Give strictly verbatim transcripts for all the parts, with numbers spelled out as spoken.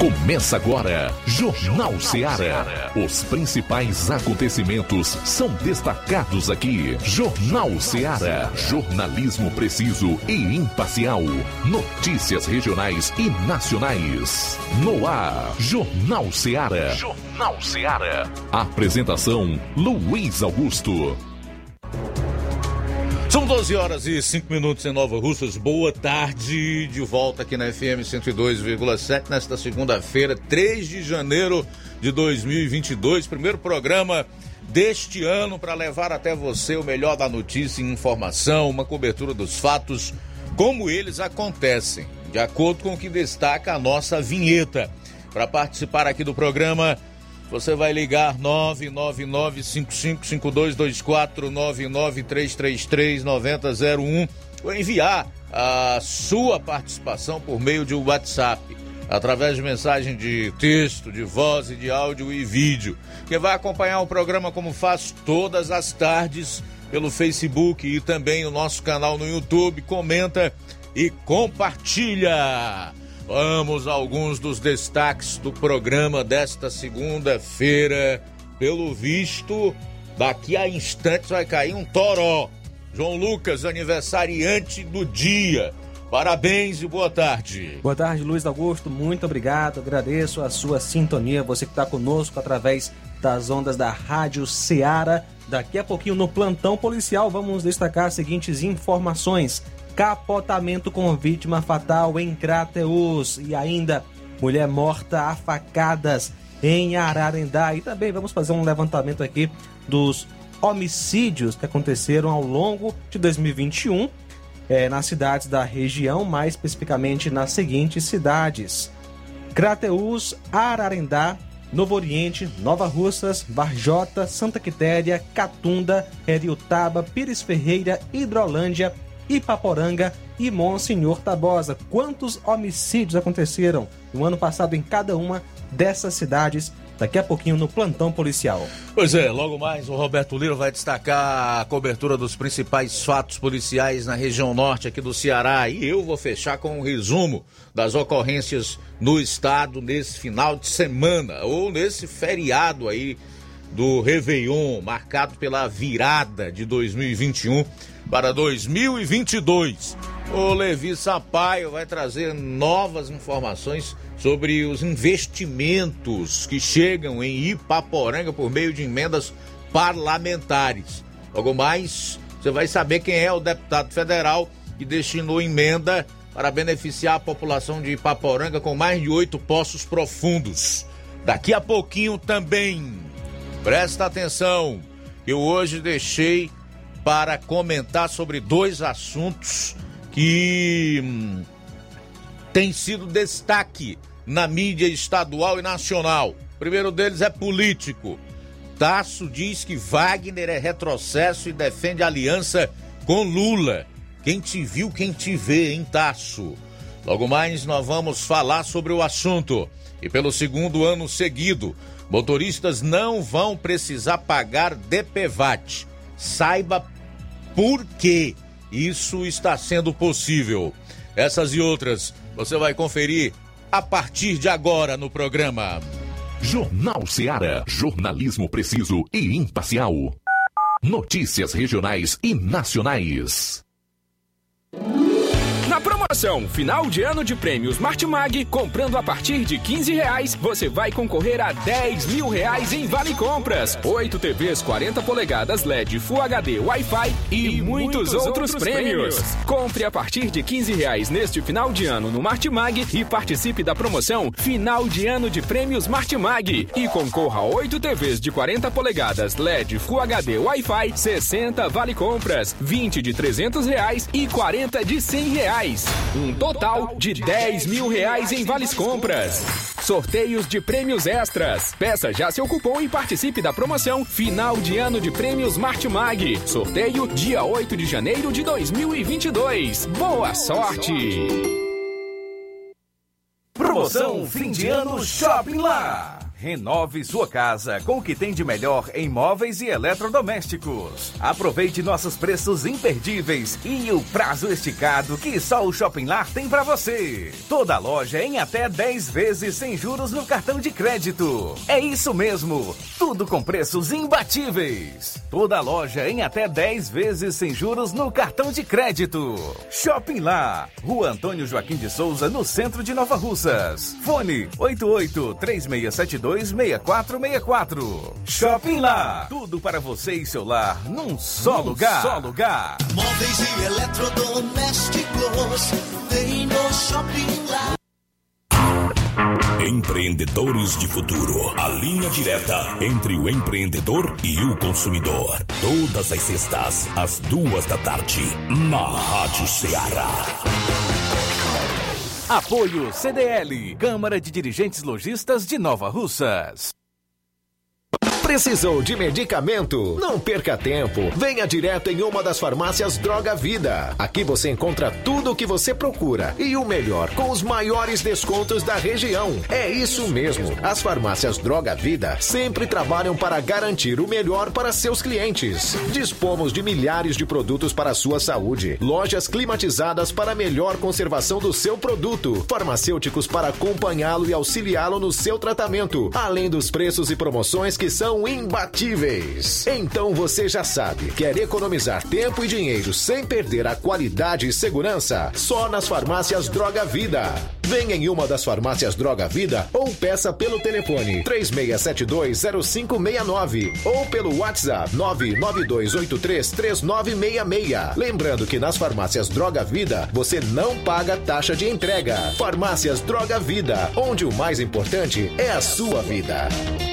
Começa agora, Jornal Ceará. Os principais acontecimentos são destacados aqui. Jornal Ceará. Jornalismo preciso e imparcial. Notícias regionais e nacionais. No ar, Jornal Ceará. Jornal Ceará. Apresentação, Luiz Augusto. São doze horas e cinco minutos em Nova Russas. Boa tarde, de volta aqui na F M cento e dois vírgula sete nesta segunda-feira, três de janeiro de dois mil e vinte e dois. Primeiro programa deste ano para levar até você o melhor da notícia e informação, uma cobertura dos fatos como eles acontecem, de acordo com o que destaca a nossa vinheta. Para participar aqui do programa, você vai ligar nove nove nove, cinco cinco cinco dois dois quatro, nove nove três três três, nove zero zero um ou enviar a sua participação por meio de WhatsApp, através de mensagem de texto, de voz e de áudio e vídeo. Quem vai acompanhar o programa como faz todas as tardes pelo Facebook e também o nosso canal no YouTube, comenta e compartilha. Vamos a alguns dos destaques do programa desta segunda-feira. Pelo visto, daqui a instantes vai cair um toró. João Lucas, aniversariante do dia. Parabéns e boa tarde. Boa tarde, Luiz Augusto. Muito obrigado. Agradeço a sua sintonia. Você que está conosco através das ondas da Rádio Ceará. Daqui a pouquinho no plantão policial vamos destacar as seguintes informações. Capotamento com vítima fatal em Crateús e ainda mulher morta a facadas em Ararendá. E também vamos fazer um levantamento aqui dos homicídios que aconteceram ao longo de dois mil e vinte e um é, nas cidades da região, mais especificamente nas seguintes cidades: Crateús, Ararendá, Novo Oriente, Nova Russas, Varjota, Santa Quitéria, Catunda, Heriotaba, Pires Ferreira, Hidrolândia, Ipaporanga e Monsenhor Tabosa. Quantos homicídios aconteceram no ano passado em cada uma dessas cidades? Daqui a pouquinho no plantão policial. Pois é, logo mais o Roberto Lira vai destacar a cobertura dos principais fatos policiais na região norte aqui do Ceará. E eu vou fechar com um resumo das ocorrências no estado nesse final de semana, ou nesse feriado aí do Réveillon, marcado pela virada de dois mil e vinte e um para dois mil e vinte e dois. O Levi Sampaio vai trazer novas informações sobre os investimentos que chegam em Ipaporanga por meio de emendas parlamentares. Logo mais, você vai saber quem é o deputado federal que destinou emenda para beneficiar a população de Ipaporanga com mais de oito poços profundos. Daqui a pouquinho também, presta atenção, eu hoje deixei para comentar sobre dois assuntos que hum, têm sido destaque na mídia estadual e nacional. O primeiro deles é político. Tasso diz que Wagner é retrocesso e defende aliança com Lula. Quem te viu, quem te vê, hein, Tasso? Logo mais nós vamos falar sobre o assunto. E pelo segundo ano seguido, motoristas não vão precisar pagar D P V A T. Saiba por que isso está sendo possível. Essas e outras você vai conferir a partir de agora no programa. Jornal Ceará. Jornalismo preciso e imparcial. Notícias regionais e nacionais. Na promoção Final de Ano de Prêmios Martimag, comprando a partir de quinze reais, você vai concorrer a dez mil reais em Vale Compras, oito T Vs quarenta polegadas L E D Full H D Wi-Fi e, e muitos, muitos outros, outros prêmios. prêmios. Compre a partir de quinze reais neste final de ano no Martimag e participe da promoção Final de Ano de Prêmios Martimag e concorra a oito T Vs de quarenta polegadas L E D Full H D Wi-Fi, sessenta Vale Compras, vinte de trezentos reais e quarenta de cem reais. Um total de dez mil reais em vales compras. Sorteios de prêmios extras. Peça já seu cupom e participe da promoção Final de Ano de Prêmios Martimag. Sorteio dia oito de janeiro de dois mil e vinte e dois. Boa sorte! Promoção Fim de Ano Shopping Lá. Renove sua casa com o que tem de melhor em móveis e eletrodomésticos. Aproveite nossos preços imperdíveis e o prazo esticado que só o Shopping Lar tem para você. Toda loja em até dez vezes sem juros no cartão de crédito. É isso mesmo, tudo com preços imbatíveis. Toda loja em até dez vezes sem juros no cartão de crédito. Shopping Lar, Rua Antônio Joaquim de Souza, no centro de Nova Russas. Fone oito oito, três seis sete dois, seis quatro seis quatro. Shopping Lar, tudo para você e seu lar num só num lugar. Só lugar. Móveis e eletrodomésticos, vem no Shopping Lar. Empreendedores de Futuro, a linha direta entre o empreendedor e o consumidor. Todas as sextas, às duas da tarde, na Rádio Ceará. Apoio C D L, Câmara de Dirigentes Lojistas de Nova Russas. Precisou de medicamento? Não perca tempo. Venha direto em uma das farmácias Droga Vida. Aqui você encontra tudo o que você procura. E o melhor, com os maiores descontos da região. É isso mesmo. As farmácias Droga Vida sempre trabalham para garantir o melhor para seus clientes. Dispomos de milhares de produtos para a sua saúde. Lojas climatizadas para melhor conservação do seu produto. Farmacêuticos para acompanhá-lo e auxiliá-lo no seu tratamento. Além dos preços e promoções que são imbatíveis. Então você já sabe, quer economizar tempo e dinheiro sem perder a qualidade e segurança? Só nas farmácias Droga Vida. Venha em uma das farmácias Droga Vida ou peça pelo telefone três seis sete dois, zero cinco seis nove ou pelo WhatsApp nove nove dois oito três, três nove seis seis. Lembrando que nas farmácias Droga Vida você não paga taxa de entrega. Farmácias Droga Vida, onde o mais importante é a sua vida.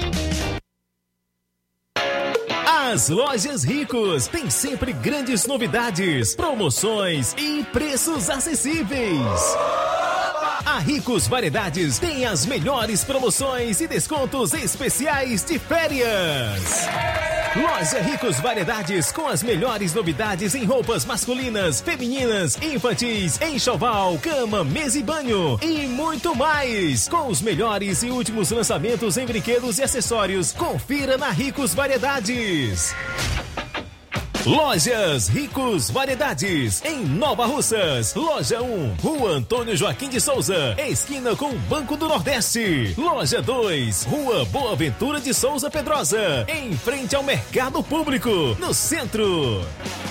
As Lojas Ricos têm sempre grandes novidades, promoções e preços acessíveis. A Ricos Variedades tem as melhores promoções e descontos especiais de férias. Loja Ricos Variedades com as melhores novidades em roupas masculinas, femininas, infantis, enxoval, cama, mesa e banho e muito mais. Com os melhores e últimos lançamentos em brinquedos e acessórios, confira na Ricos Variedades. Lojas Ricos Variedades, em Nova Russas. Loja um, Rua Antônio Joaquim de Souza, esquina com o Banco do Nordeste. Loja dois, Rua Boa Ventura de Souza Pedrosa, em frente ao Mercado Público, no centro.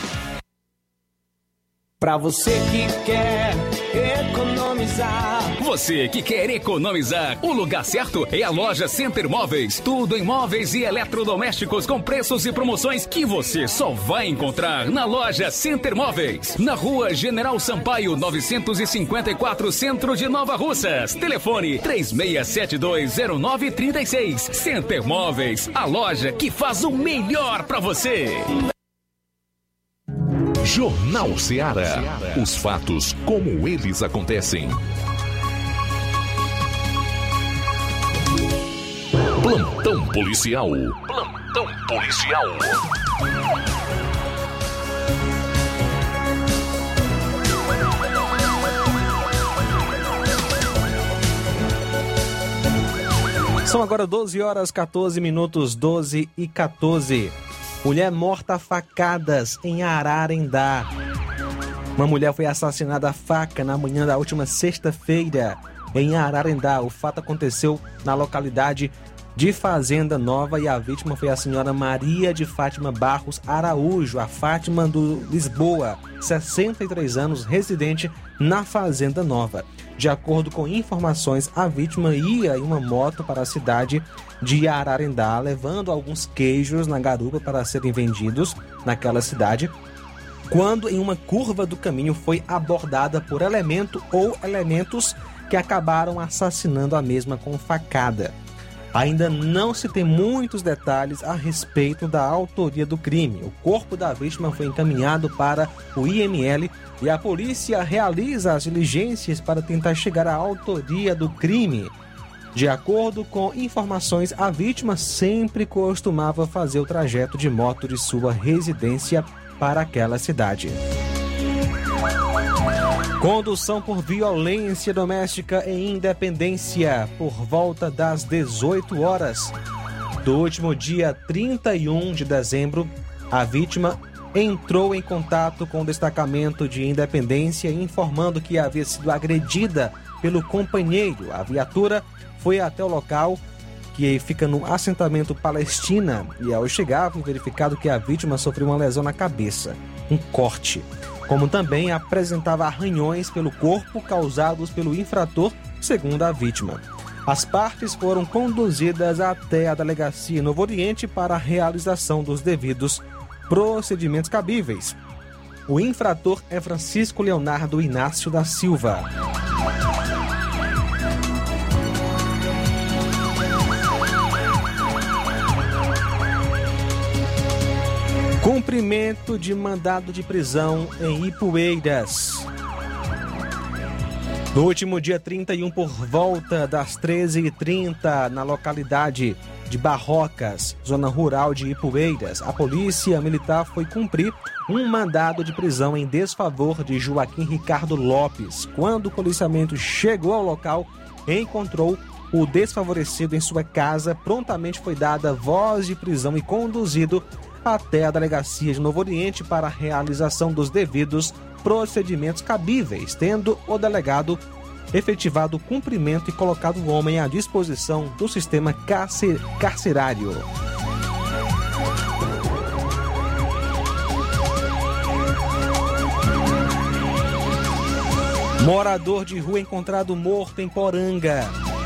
Pra você que quer economizar. Você que quer economizar, o lugar certo é a loja Center Móveis. Tudo em móveis e eletrodomésticos com preços e promoções que você só vai encontrar na loja Center Móveis. Na Rua General Sampaio, novecentos e cinquenta e quatro, centro de Nova Russas. Telefone três seis sete dois, zero nove três seis. Center Móveis, a loja que faz o melhor pra você. Jornal Ceará. Os fatos como eles acontecem. Plantão policial. Plantão policial. São agora doze horas, quatorze minutos, doze e quatorze. Mulher morta a facadas em Ararendá. Uma mulher foi assassinada a faca na manhã da última sexta-feira em Ararendá. O fato aconteceu na localidade de Fazenda Nova e a vítima foi a senhora Maria de Fátima Barros Araújo, a Fátima do Lisboa, sessenta e três anos, residente na Fazenda Nova. De acordo com informações, a vítima ia em uma moto para a cidade de Ararendá, levando alguns queijos na garupa para serem vendidos naquela cidade, quando em uma curva do caminho foi abordada por elemento ou elementos que acabaram assassinando a mesma com facada. Ainda não se tem muitos detalhes a respeito da autoria do crime. O corpo da vítima foi encaminhado para o I M L e a polícia realiza as diligências para tentar chegar à autoria do crime. De acordo com informações, a vítima sempre costumava fazer o trajeto de moto de sua residência para aquela cidade. Condução por violência doméstica em Independência, por volta das dezoito horas do último dia trinta e um de dezembro, a vítima entrou em contato com o destacamento de Independência informando que havia sido agredida pelo companheiro. A viatura foi até o local, que fica no assentamento Palestina, e ao chegar foi verificado que a vítima sofreu uma lesão na cabeça, um corte, como também apresentava arranhões pelo corpo causados pelo infrator, segundo a vítima. As partes foram conduzidas até a delegacia Novo Oriente para a realização dos devidos procedimentos cabíveis. O infrator é Francisco Leonardo Inácio da Silva. Cumprimento de mandado de prisão em Ipueiras. No último dia trinta e um, por volta das treze e trinta, na localidade de Barrocas, zona rural de Ipueiras, a polícia militar foi cumprir um mandado de prisão em desfavor de Joaquim Ricardo Lopes. Quando o policiamento chegou ao local, encontrou o desfavorecido em sua casa. Prontamente foi dada voz de prisão e conduzido até a delegacia de Novo Oriente para a realização dos devidos procedimentos cabíveis, tendo o delegado efetivado o cumprimento e colocado o homem à disposição do sistema carcer- carcerário. Morador de rua encontrado morto em Poranga.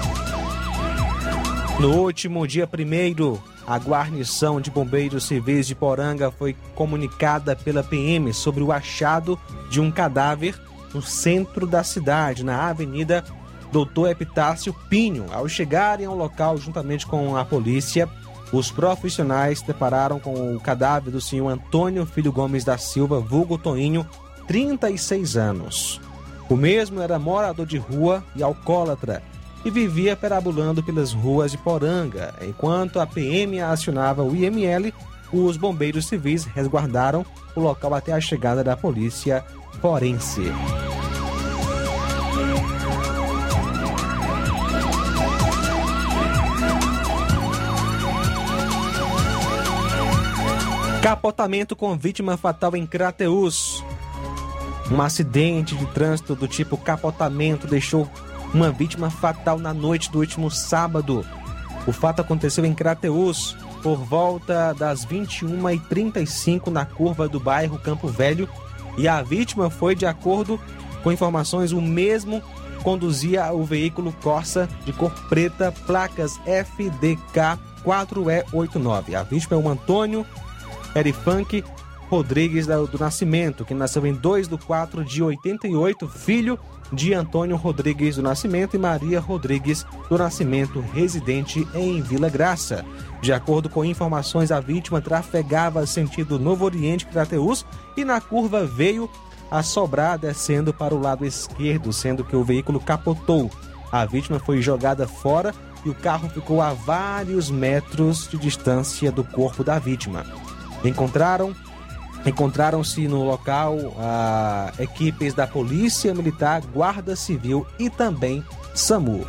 No último dia primeiro, a guarnição de bombeiros civis de Poranga foi comunicada pela P M sobre o achado de um cadáver no centro da cidade, na Avenida Doutor Epitácio Pinho. Ao chegarem ao local, juntamente com a polícia, os profissionais depararam com o cadáver do senhor Antônio Filho Gomes da Silva, vulgo Toinho, trinta e seis anos. O mesmo era morador de rua e alcoólatra, e vivia perambulando pelas ruas de Poranga. Enquanto a P M acionava o I M L, os bombeiros civis resguardaram o local até a chegada da polícia forense. Capotamento com vítima fatal em Crateús. Um acidente de trânsito do tipo capotamento deixou uma vítima fatal na noite do último sábado. O fato aconteceu em Crateús por volta das vinte e uma e trinta e cinco na curva do bairro Campo Velho, e a vítima foi, de acordo com informações, o mesmo conduzia o veículo Corsa de cor preta, placas F D K quatro E oito nove. A vítima é o Antônio Erifunk Rodrigues do Nascimento, que nasceu em dois de quatro de oitenta e oito, filho de Antônio Rodrigues do Nascimento e Maria Rodrigues do Nascimento, residente em Vila Graça. De acordo com informações, a vítima trafegava sentido Novo Oriente Crateús e na curva veio a sobrar descendo para o lado esquerdo, sendo que o veículo capotou. A vítima foi jogada fora e o carro ficou a vários metros de distância do corpo da vítima. Encontraram Encontraram-se no local ah, equipes da Polícia Militar, Guarda Civil e também SAMU.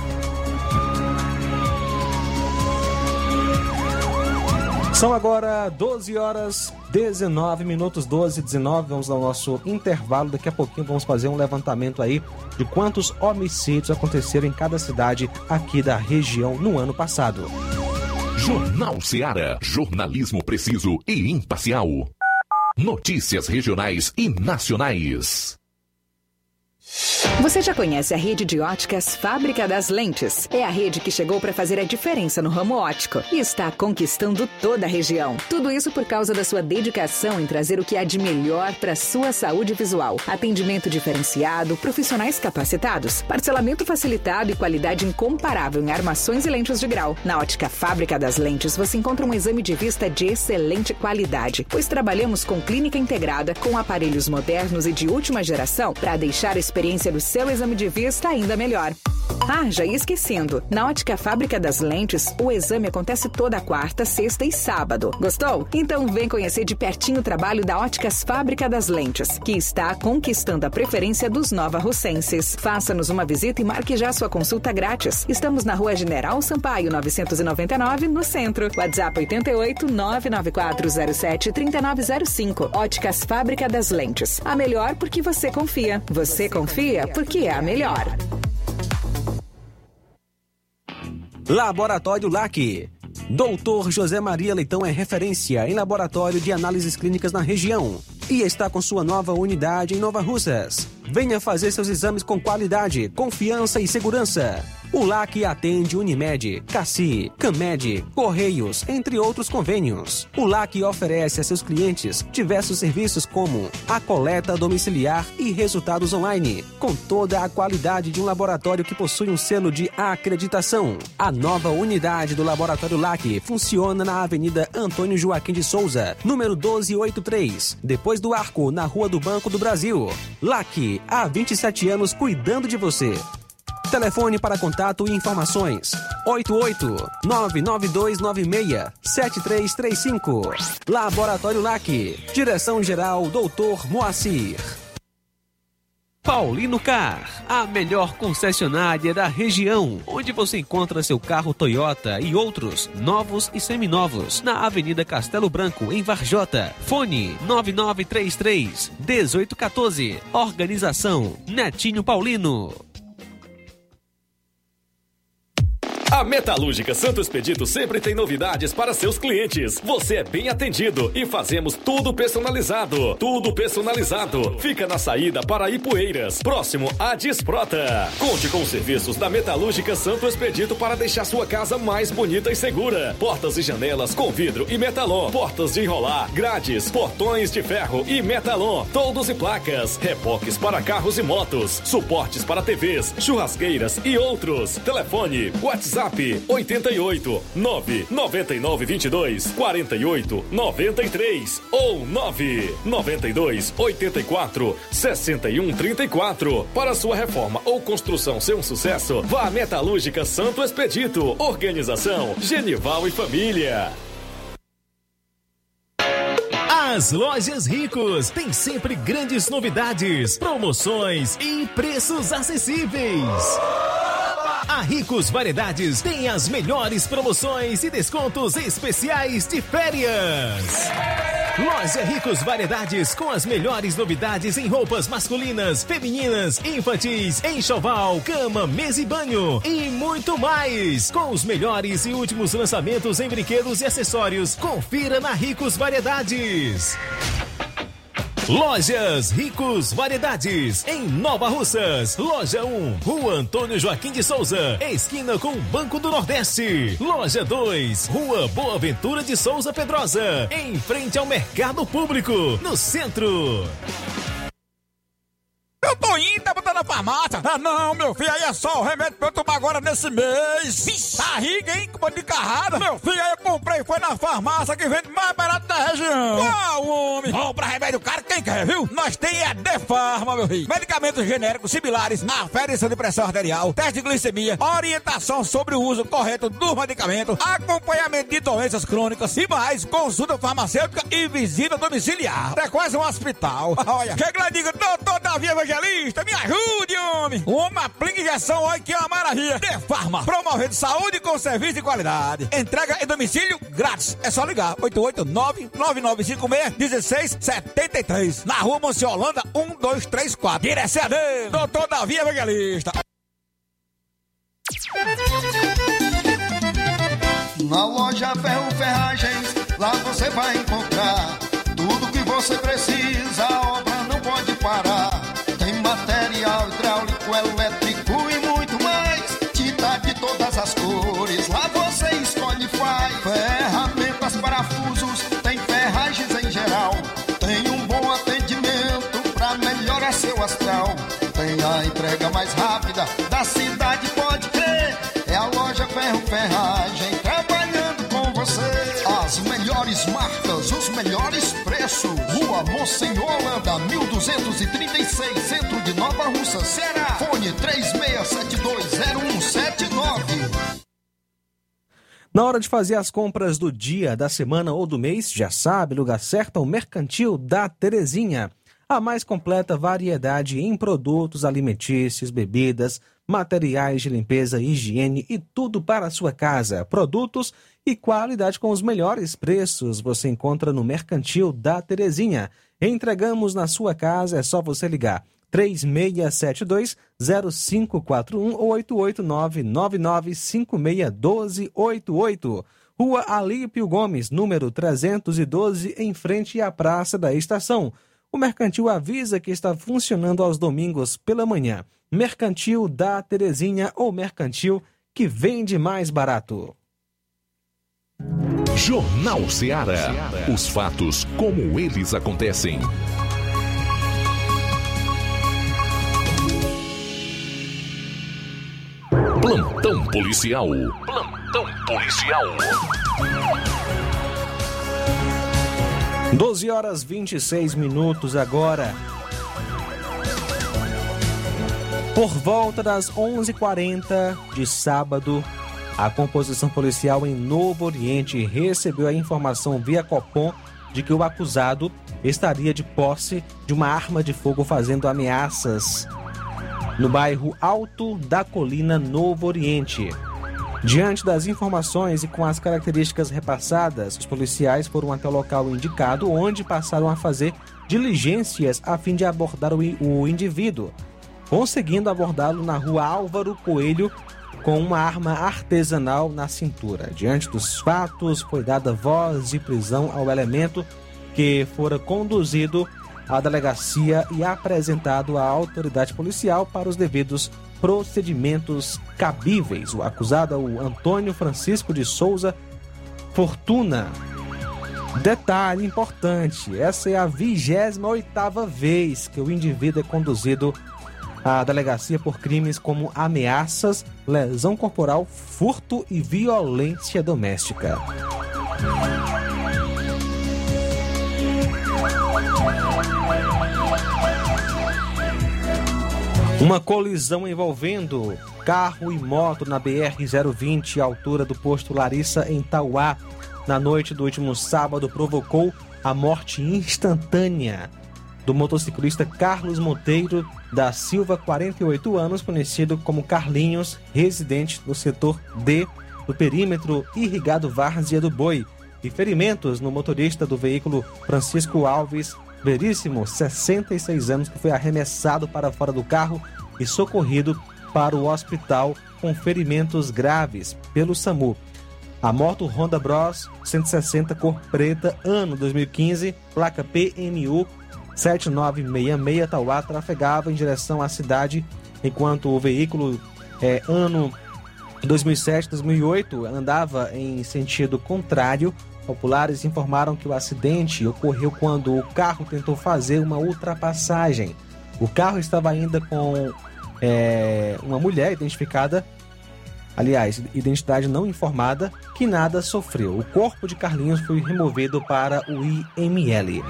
São agora doze horas dezenove minutos, doze e dezenove. Vamos ao nosso intervalo. Daqui a pouquinho vamos fazer um levantamento aí de quantos homicídios aconteceram em cada cidade aqui da região no ano passado. Jornal Ceará, jornalismo preciso e imparcial. Notícias regionais e nacionais. Você já conhece a rede de óticas Fábrica das Lentes? É a rede que chegou para fazer a diferença no ramo óptico e está conquistando toda a região. Tudo isso por causa da sua dedicação em trazer o que há de melhor para a sua saúde visual. Atendimento diferenciado, profissionais capacitados, parcelamento facilitado e qualidade incomparável em armações e lentes de grau. Na ótica Fábrica das Lentes você encontra um exame de vista de excelente qualidade, pois trabalhamos com clínica integrada, com aparelhos modernos e de última geração para deixar a experiência do seu exame de vista ainda melhor. Ah, já ia esquecendo. Na Ótica Fábrica das Lentes, o exame acontece toda quarta, sexta e sábado. Gostou? Então vem conhecer de pertinho o trabalho da Óticas Fábrica das Lentes, que está conquistando a preferência dos nova-russenses. Faça-nos uma visita e marque já sua consulta grátis. Estamos na Rua General Sampaio, novecentos e noventa e nove, no centro. WhatsApp oito oito, nove nove quatro zero sete, três nove zero cinco. Óticas Fábrica das Lentes. A melhor porque você confia. Você confia porque é a melhor. Laboratório L A C. doutor José Maria Leitão é referência em laboratório de análises clínicas na região e está com sua nova unidade em Nova Russas. Venha fazer seus exames com qualidade, confiança e segurança. O L A C atende Unimed, Cassi, Camed, Correios, entre outros convênios. O L A C oferece a seus clientes diversos serviços como a coleta domiciliar e resultados online, com toda a qualidade de um laboratório que possui um selo de acreditação. A nova unidade do Laboratório L A C funciona na Avenida Antônio Joaquim de Souza, número doze oitenta e três, depois do Arco, na Rua do Banco do Brasil. L A C, há vinte e sete anos cuidando de você. Telefone para contato e informações: oito oito, nove nove dois nove seis, sete três três cinco. Laboratório L A C. Direção-Geral doutor Moacir. Paulino Car, a melhor concessionária da região, onde você encontra seu carro Toyota e outros novos e seminovos, na Avenida Castelo Branco, em Varjota. Fone nove nove três três, um oito um quatro. Organização Netinho Paulino. A Metalúrgica Santo Expedito sempre tem novidades para seus clientes. Você é bem atendido e fazemos tudo personalizado. Tudo personalizado. Fica na saída para Ipueiras, próximo a Desprota. Conte com os serviços da Metalúrgica Santo Expedito para deixar sua casa mais bonita e segura. Portas e janelas com vidro e metalon. Portas de enrolar, grades, portões de ferro e metalon. Toldos e placas. Reboques para carros e motos. Suportes para T Vs, churrasqueiras e outros. Telefone, WhatsApp oito oito, nove nove nove dois dois, quatro oito nove três ou nove nove dois oito quatro, seis um três quatro. Para sua reforma ou construção ser um sucesso, vá à Metalúrgica Santo Expedito. Organização Genival e Família. As Lojas Ricos têm sempre grandes novidades, promoções e preços acessíveis. A Ricos Variedades tem as melhores promoções e descontos especiais de férias. Loja Ricos Variedades com as melhores novidades em roupas masculinas, femininas, infantis, enxoval, cama, mesa e banho e muito mais. Com os melhores e últimos lançamentos em brinquedos e acessórios, confira na Ricos Variedades. Lojas Ricos Variedades, em Nova Russas. Loja um, Rua Antônio Joaquim de Souza, esquina com Banco do Nordeste. Loja dois, Rua Boa Ventura de Souza Pedrosa, em frente ao Mercado Público, no centro. Eu tô indo, tá botando na farmácia. Ah, não, meu filho, aí é só o remédio pra eu tomar agora nesse mês. Vixe, barriga, hein, com de carrada. Meu filho, aí eu comprei, foi na farmácia que vende mais barato da região. Qual, homem? Compra remédio caro, quem quer, viu? Nós tem é Defarma, meu filho. Medicamentos genéricos similares, aferição de pressão arterial, teste de glicemia, orientação sobre o uso correto do medicamento, acompanhamento de doenças crônicas e mais, consulta farmacêutica e visita domiciliar. É quase um hospital. Olha, chega lá e diga, doutor Davi Evangelista, me ajude, homem! Uma aplica injeção, olha que é uma maravilha! Defarma, promovendo saúde com serviço de qualidade. Entrega em domicílio grátis. É só ligar, oito oito nove, nove nove cinco seis, um seis sete três. Na rua Monsiolanda, um dois três quatro. Direção dele, doutor Davi Evangelista. Na loja Ferro Ferragens, lá você vai encontrar tudo que você precisa, a obra não pode parar. Tem material hidráulico, elétrico e muito mais. Tinta de todas as cores, lá você escolhe e faz. Ferramentas, parafusos, tem ferragens em geral. Tem um bom atendimento pra melhorar seu astral. Tem a entrega mais rápida da cidade, pode crer. É a loja Ferro Ferragem trabalhando com você. As melhores marcas, os melhores preços. Rua Rua Monsenhor Holanda, mil duzentos e trinta e seis, centro de Nova Russa, Ceará. Fone três seis sete dois zero um sete nove. Na hora de fazer as compras do dia, da semana ou do mês, já sabe, lugar certo é o Mercantil da Terezinha. A mais completa variedade em produtos alimentícios, bebidas, materiais de limpeza, higiene e tudo para a sua casa. Produtos e qualidade com os melhores preços você encontra no Mercantil da Terezinha. Entregamos na sua casa, é só você ligar três seis sete dois zero cinco quatro um ou oito oito nove nove nove cinco seis um dois oito oito. Rua Alípio Gomes, número trezentos e doze, em frente à Praça da Estação. O Mercantil avisa que está funcionando aos domingos pela manhã. Mercantil da Terezinha, ou Mercantil que vende mais barato. Jornal Ceará. Os fatos como eles acontecem. Plantão policial. Plantão policial. doze horas e vinte e seis minutos agora. Por volta das onze e quarenta de sábado, a composição policial em Novo Oriente recebeu a informação via Copom de que o acusado estaria de posse de uma arma de fogo fazendo ameaças no bairro Alto da Colina, Novo Oriente. Diante das informações e com as características repassadas, os policiais foram até o local indicado, onde passaram a fazer diligências a fim de abordar o, o indivíduo, conseguindo abordá-lo na rua Álvaro Coelho com uma arma artesanal na cintura. Diante dos fatos, foi dada voz de prisão ao elemento, que fora conduzido à delegacia e apresentado à autoridade policial para os devidos procedimentos cabíveis. O acusado é o Antônio Francisco de Souza Fortuna. Detalhe importante, essa é a vigésima oitava vez que o indivíduo é conduzido à delegacia por crimes como ameaças, lesão corporal, furto e violência doméstica. Uma colisão envolvendo carro e moto na B R zero vinte, à altura do posto Larissa, em Tauá, na noite do último sábado, provocou a morte instantânea do motociclista Carlos Monteiro da Silva, quarenta e oito anos, conhecido como Carlinhos, residente do setor D do perímetro irrigado Várzea do Boi, e ferimentos no motorista do veículo Francisco Alves Veríssimo, sessenta e seis anos, que foi arremessado para fora do carro e socorrido para o hospital com ferimentos graves pelo SAMU. A moto Honda Bros cento e sessenta cor preta, ano dois mil e quinze, placa P M U sete nove seis seis, Tauá, trafegava em direção à cidade, enquanto o veículo é, ano dois mil e sete, dois mil e oito andava em sentido contrário. Populares informaram que o acidente ocorreu quando o carro tentou fazer uma ultrapassagem. O carro estava ainda com é, uma mulher identificada, aliás, identidade não informada, que nada sofreu. O corpo de Carlinhos foi removido para o I M L.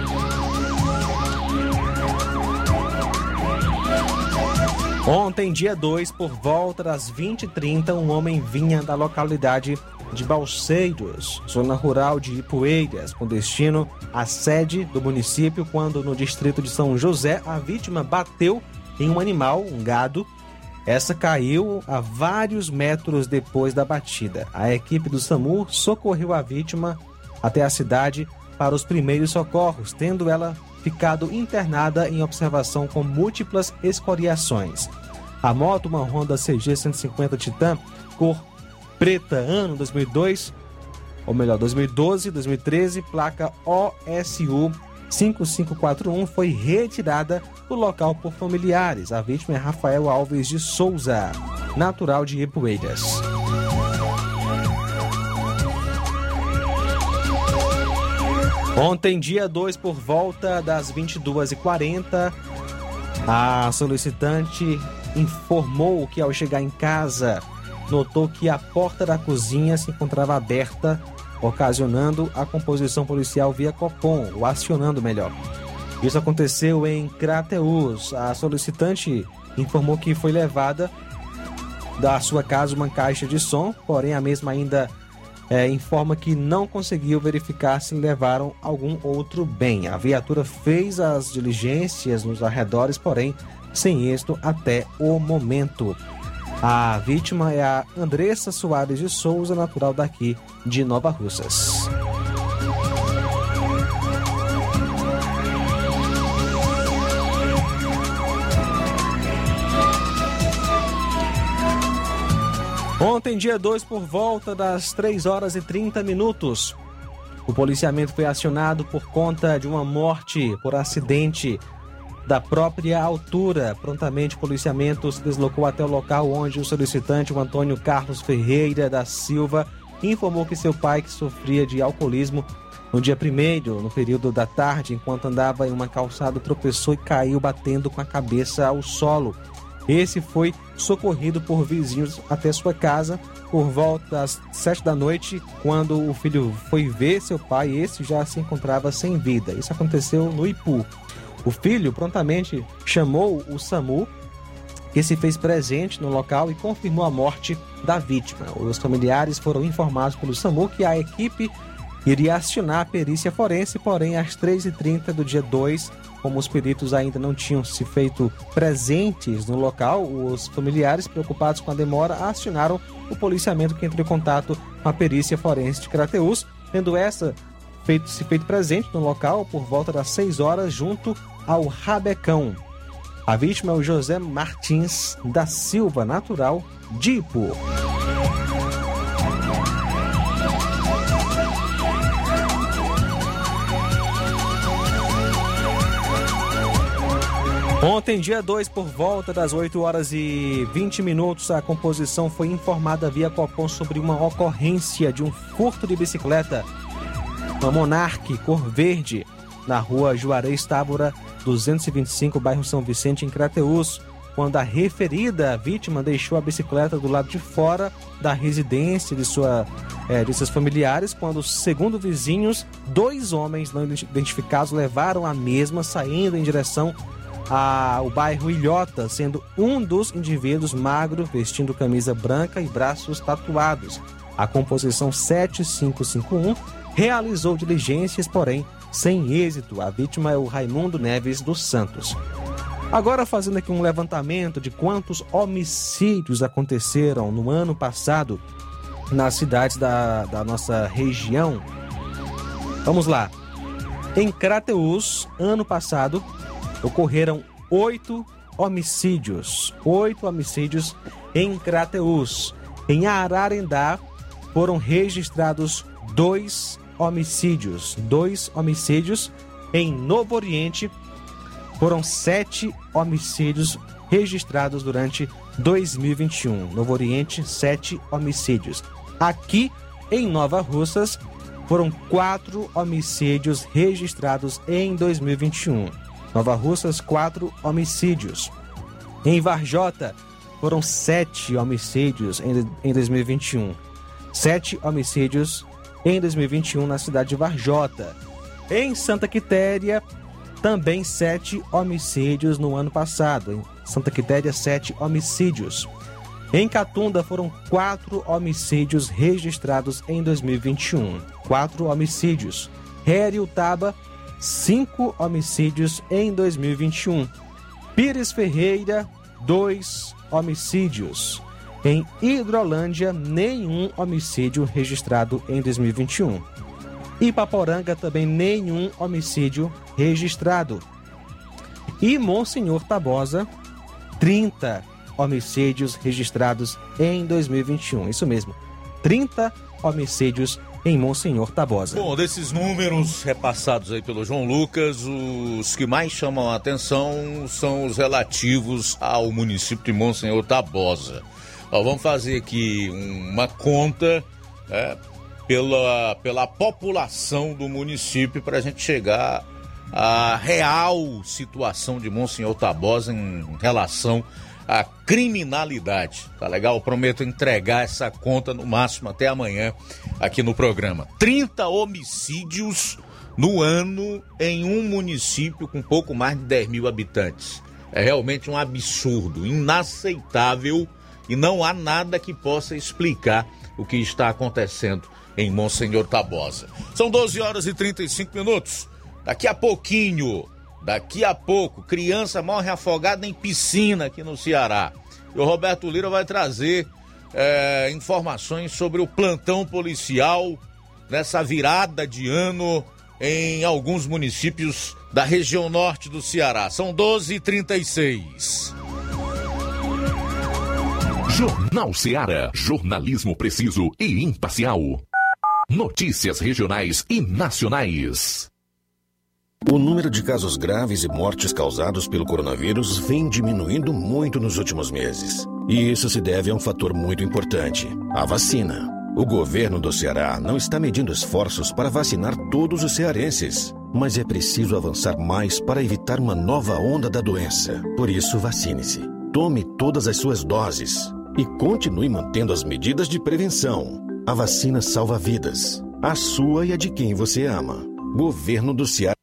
Ontem, dia dois, por volta das vinte e trinta, um homem vinha da localidade de Balseiros, zona rural de Ipueiras, com destino à sede do município, quando no distrito de São José a vítima bateu em um animal, um gado. Essa caiu a vários metros depois da batida. A equipe do SAMU socorreu a vítima até a cidade para os primeiros socorros, tendo ela ficado internada em observação com múltiplas escoriações. A moto, uma Honda C G cento e cinquenta Titan, cor preta, ano dois mil e dois, ou melhor, dois mil e doze, dois mil e treze, placa O S U cinco cinco quatro um, foi retirada do local por familiares. A vítima é Rafael Alves de Souza, natural de Ipueiras. Ontem, dia dois, por volta das vinte e duas e quarenta, a solicitante informou que, ao chegar em casa, notou que a porta da cozinha se encontrava aberta ocasionando a composição policial via Copom, ou acionando melhor. Isso aconteceu em Crateús. A solicitante informou que foi levada da sua casa uma caixa de som, porém a mesma ainda é, informa que não conseguiu verificar se levaram algum outro bem. A viatura fez as diligências nos arredores, porém sem êxito até o momento. A vítima é a Andressa Soares de Souza, natural daqui de Nova Russas. Ontem, dia dois, por volta das três horas e trinta minutos, o policiamento foi acionado por conta de uma morte por acidente da própria altura. Prontamente, o policiamento se deslocou até o local onde o solicitante, o Antônio Carlos Ferreira da Silva, informou que seu pai, que sofria de alcoolismo, no dia primeiro, no período da tarde, enquanto andava em uma calçada, tropeçou e caiu batendo com a cabeça ao solo. Esse foi socorrido por vizinhos até sua casa por volta das sete da noite, quando o filho foi ver seu pai, esse já se encontrava sem vida. Isso aconteceu no Ipu. O filho prontamente chamou o SAMU, que se fez presente no local e confirmou a morte da vítima. Os familiares foram informados pelo SAMU que a equipe iria acionar a perícia forense, porém às três e trinta do dia dois, como os peritos ainda não tinham se feito presentes no local, os familiares, preocupados com a demora, acionaram o policiamento, que entrou em contato com a perícia forense de Crateús, tendo essa feito, se feito presente no local por volta das seis horas, junto ao Rabecão. A vítima é o José Martins da Silva, natural de Ipu. Ontem, dia dois, por volta das oito horas e vinte minutos, a composição foi informada via Copom sobre uma ocorrência de um furto de bicicleta, uma Monarch cor verde, na rua Juarez Tábora, duzentos e vinte e cinco, bairro São Vicente, em Crateús, quando a referida vítima deixou a bicicleta do lado de fora da residência de, sua, é, de seus familiares, quando, segundo vizinhos, dois homens não identificados levaram a mesma, saindo em direção ao bairro Ilhota, sendo um dos indivíduos magro, vestindo camisa branca e braços tatuados. A composição sete cinco cinco um realizou diligências, porém sem êxito. A vítima é o Raimundo Neves dos Santos. Agora, fazendo aqui um levantamento de quantos homicídios aconteceram no ano passado nas cidades da, da nossa região. Vamos lá. Em Crateús, ano passado, ocorreram oito homicídios. Oito homicídios em Crateús. Em Ararendá, foram registrados dois homicídios. Dois homicídios. Em Novo Oriente, foram sete homicídios registrados durante dois mil e vinte e um. Novo Oriente, sete homicídios. Aqui, em Nova Russas, foram quatro homicídios registrados em dois mil e vinte e um. Nova Russas, quatro homicídios. Em Varjota, foram sete homicídios em, em dois mil e vinte e um. Sete homicídios em dois mil e vinte e um na cidade de Varjota. Em Santa Quitéria, também sete homicídios no ano passado. Em Santa Quitéria, sete homicídios. Em Catunda, foram quatro homicídios registrados em dois mil e vinte e um. Quatro homicídios. Heriutaba, cinco homicídios em dois mil e vinte e um. Pires Ferreira, dois homicídios. Em Hidrolândia, nenhum homicídio registrado em dois mil e vinte e um. Ipaporanga, também nenhum homicídio registrado. E Monsenhor Tabosa, trinta homicídios registrados em dois mil e vinte e um. Isso mesmo, trinta homicídios em Monsenhor Tabosa. Bom, desses números repassados aí pelo João Lucas, os que mais chamam a atenção são os relativos ao município de Monsenhor Tabosa. Ó, vamos fazer aqui uma conta, né, pela, pela população do município para a gente chegar à real situação de Monsenhor Tabosa em relação a criminalidade. Tá legal? Eu prometo entregar essa conta no máximo até amanhã aqui no programa. trinta homicídios no ano em um município com pouco mais de dez mil habitantes. É realmente um absurdo, inaceitável, e não há nada que possa explicar o que está acontecendo em Monsenhor Tabosa. São doze horas e trinta e cinco minutos. Daqui a pouquinho, daqui a pouco, criança morre afogada em piscina aqui no Ceará. E o Roberto Lira vai trazer é, informações sobre o plantão policial nessa virada de ano em alguns municípios da região norte do Ceará. São doze e trinta e seis. Jornal Ceará. Jornalismo preciso e imparcial. Notícias regionais e nacionais. O número de casos graves e mortes causados pelo coronavírus vem diminuindo muito nos últimos meses. E isso se deve a um fator muito importante: a vacina. O governo do Ceará não está medindo esforços para vacinar todos os cearenses, mas é preciso avançar mais para evitar uma nova onda da doença. Por isso, vacine-se. Tome todas as suas doses e continue mantendo as medidas de prevenção. A vacina salva vidas, a sua e a de quem você ama. Governo do Ceará.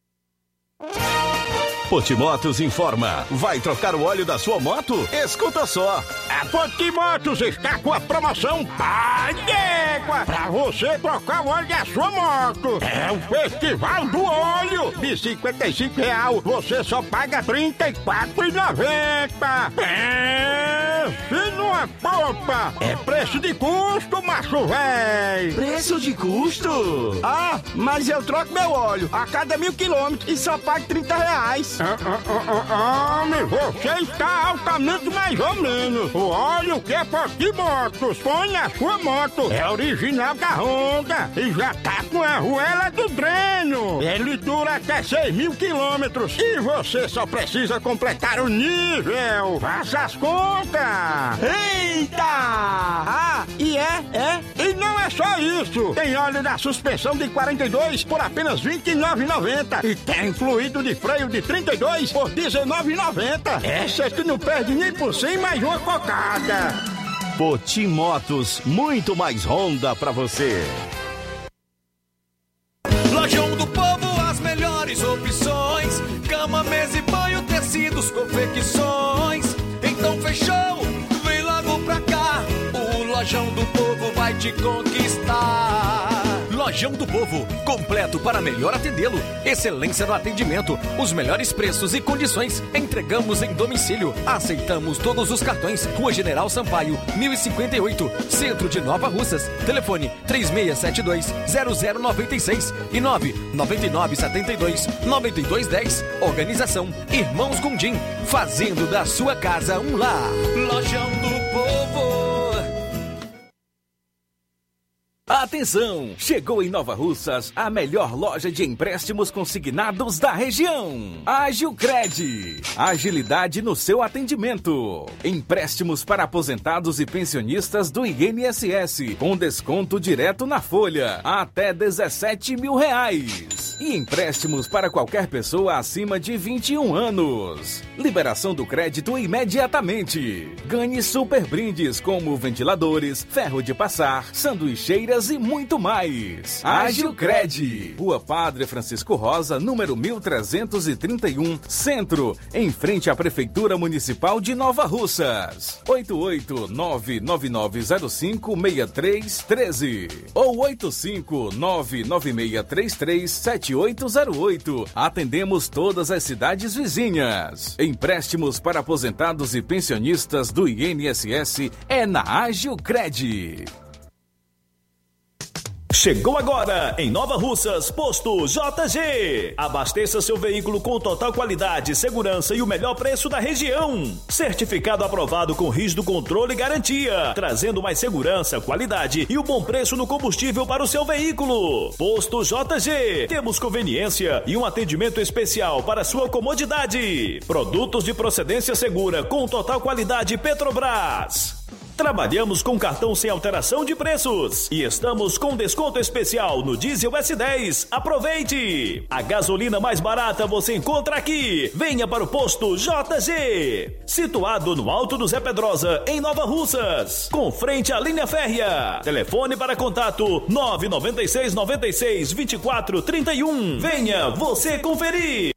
Potimotos informa. Vai trocar o óleo da sua moto? Escuta só. A Potimotos está com a promoção Pai d'Égua pra você trocar o óleo da sua moto. É o Festival do Óleo. De cinquenta e cinco reais você só paga trinta e quatro reais e noventa centavos. Pense numa popa. É preço de custo, macho véi. Preço de custo? Ah, mas eu troco meu óleo a cada mil quilômetros e só pago trinta reais. Ah, ah, ah, ah, homem, você está altamente mais ou menos. O óleo que é Potimotos põe na sua moto é original da Honda e já tá com a arruela do dreno. Ele dura até seis mil quilômetros e você só precisa completar o nível. Faça as contas. Eita! Ah, e é, é, e não é só isso. Tem óleo da suspensão de quarenta e dois por apenas vinte e nove reais e noventa centavos e tem fluido de freio de trinta e dois por dezenove reais e noventa centavos. Essa que não perde nem por cem mais uma cocada. Potimotos, muito mais Honda pra você. Lojão do Povo, as melhores opções: cama, mesa e banho, tecidos, confecções. Então fechou, vem logo pra cá. O Lojão do Povo vai te conquistar. Lojão do Povo, completo para melhor atendê-lo. Excelência no atendimento, os melhores preços e condições. Entregamos em domicílio. Aceitamos todos os cartões. Rua General Sampaio, mil e cinquenta e oito, Centro de Nova Russas. Telefone três seis sete dois, zero zero nove seis e nove nove nove sete dois, nove dois um zero. Organização Irmãos Gondim, fazendo da sua casa um lar. Lojão do Povo. Atenção! Chegou em Nova Russas a melhor loja de empréstimos consignados da região. Agilcred. Agilidade no seu atendimento. Empréstimos para aposentados e pensionistas do I N S S, com desconto direto na folha, até dezessete mil reais. E empréstimos para qualquer pessoa acima de vinte e um anos. Liberação do crédito imediatamente. Ganhe super brindes como ventiladores, ferro de passar, sanduicheiras e muito mais. Agilcred, Rua Padre Francisco Rosa, número mil trezentos e trinta e um, Centro, em frente à Prefeitura Municipal de Nova Russas. oito oito nove nove nove zero cinco seis três um três ou oito cinco nove nove seis três três sete oito zero oito. Atendemos todas as cidades vizinhas. Empréstimos para aposentados e pensionistas do I N S S é na Agilcred. Chegou agora, em Nova Russas, Posto J G. Abasteça seu veículo com total qualidade, segurança e o melhor preço da região. Certificado aprovado com rígido controle e garantia, trazendo mais segurança, qualidade e o bom preço no combustível para o seu veículo. Posto J G. Temos conveniência e um atendimento especial para sua comodidade. Produtos de procedência segura com total qualidade Petrobras. Trabalhamos com cartão sem alteração de preços e estamos com desconto especial no Diesel S dez. Aproveite! A gasolina mais barata você encontra aqui. Venha para o posto J G, situado no Alto do Zé Pedrosa, em Nova Russas, com frente à linha férrea. Telefone para contato nove nove seis nove seis vinte e quatro trinta e um. Venha você conferir.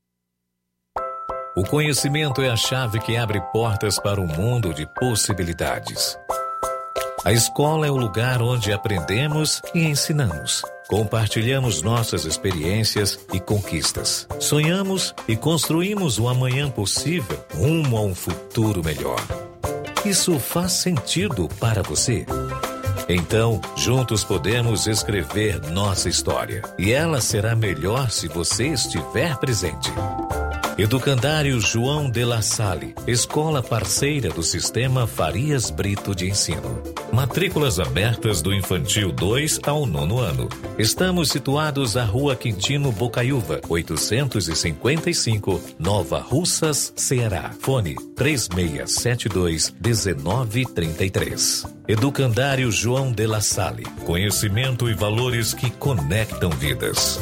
O conhecimento é a chave que abre portas para um mundo de possibilidades. A escola é o lugar onde aprendemos e ensinamos. Compartilhamos nossas experiências e conquistas. Sonhamos e construímos o amanhã possível rumo a um futuro melhor. Isso faz sentido para você? Então, juntos podemos escrever nossa história. E ela será melhor se você estiver presente. Educandário João de La Salle, escola parceira do Sistema Farias Brito de Ensino. Matrículas abertas do Infantil dois ao nono ano. Estamos situados à Rua Quintino Bocaiúva, oitocentos e cinquenta e cinco, Nova Russas, Ceará. Fone três seis sete dois um nove três três. Educandário João de La Salle, conhecimento e valores que conectam vidas.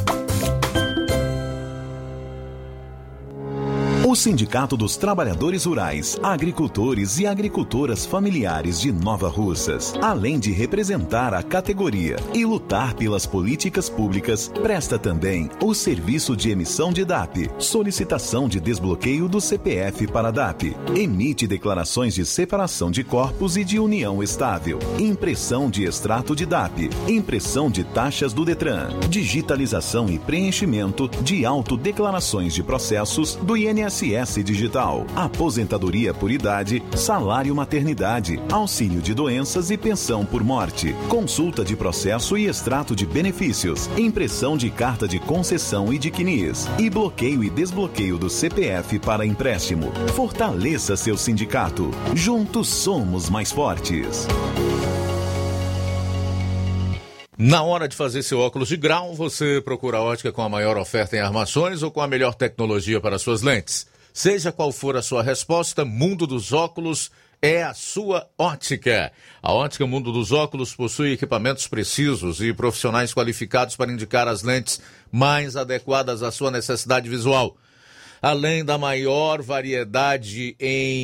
O Sindicato dos Trabalhadores Rurais, Agricultores e Agricultoras Familiares de Nova Russas, além de representar a categoria e lutar pelas políticas públicas, presta também o serviço de emissão de D A P, solicitação de desbloqueio do C P F para D A P, emite declarações de separação de corpos e de união estável, impressão de extrato de D A P, impressão de taxas do Detran, digitalização e preenchimento de autodeclarações de processos do I N S S Digital, aposentadoria por idade, salário maternidade, auxílio de doenças e pensão por morte, consulta de processo e extrato de benefícios, impressão de carta de concessão e de C N I S, e bloqueio e desbloqueio do C P F para empréstimo. Fortaleça seu sindicato. Juntos somos mais fortes. Na hora de fazer seu óculos de grau, você procura a ótica com a maior oferta em armações ou com a melhor tecnologia para suas lentes. Seja qual for a sua resposta, Mundo dos Óculos é a sua ótica. A Ótica Mundo dos Óculos possui equipamentos precisos e profissionais qualificados para indicar as lentes mais adequadas à sua necessidade visual. Além da maior variedade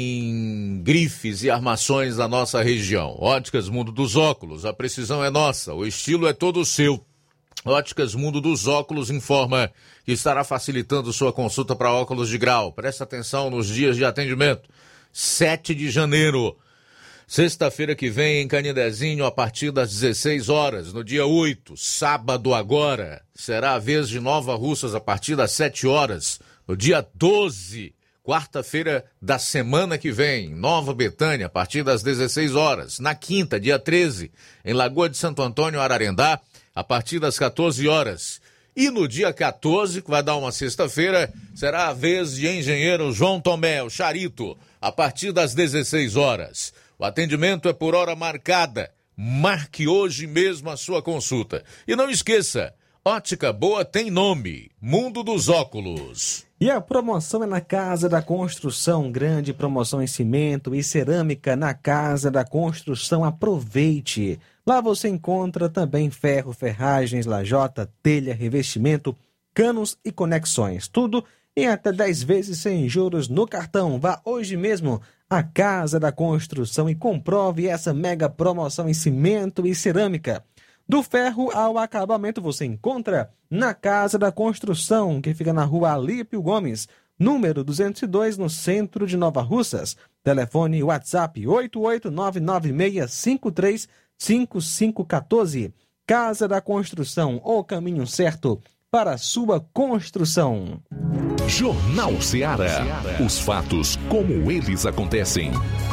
em grifes e armações da nossa região. Óticas Mundo dos Óculos, a precisão é nossa, o estilo é todo seu. Óticas Mundo dos Óculos informa que estará facilitando sua consulta para óculos de grau. Presta atenção nos dias de atendimento. sete de janeiro, sexta-feira que vem, em Canindezinho, a partir das dezesseis horas. No dia oito, sábado agora, será a vez de Nova Russas a partir das sete horas. No dia doze, quarta-feira da semana que vem, Nova Betânia, a partir das dezesseis horas. Na quinta, dia treze, em Lagoa de Santo Antônio, Ararendá, a partir das quatorze horas. E no dia quatorze, que vai dar uma sexta-feira, será a vez de Engenheiro João Tomé, o Charito, a partir das dezesseis horas. O atendimento é por hora marcada. Marque hoje mesmo a sua consulta. E não esqueça, ótica boa tem nome, Mundo dos Óculos. E a promoção é na Casa da Construção, grande promoção em cimento e cerâmica na Casa da Construção, aproveite. Lá você encontra também ferro, ferragens, lajota, telha, revestimento, canos e conexões, tudo em até dez vezes sem juros no cartão. Vá hoje mesmo à Casa da Construção e comprove essa mega promoção em cimento e cerâmica. Do ferro ao acabamento você encontra na Casa da Construção, que fica na Rua Alípio Gomes, número duzentos e dois, no centro de Nova Russas. Telefone WhatsApp oito oito nove nove seis cinco três cinco cinco um quatro. Casa da Construção, o caminho certo para a sua construção. Jornal Ceará. Os fatos como eles acontecem.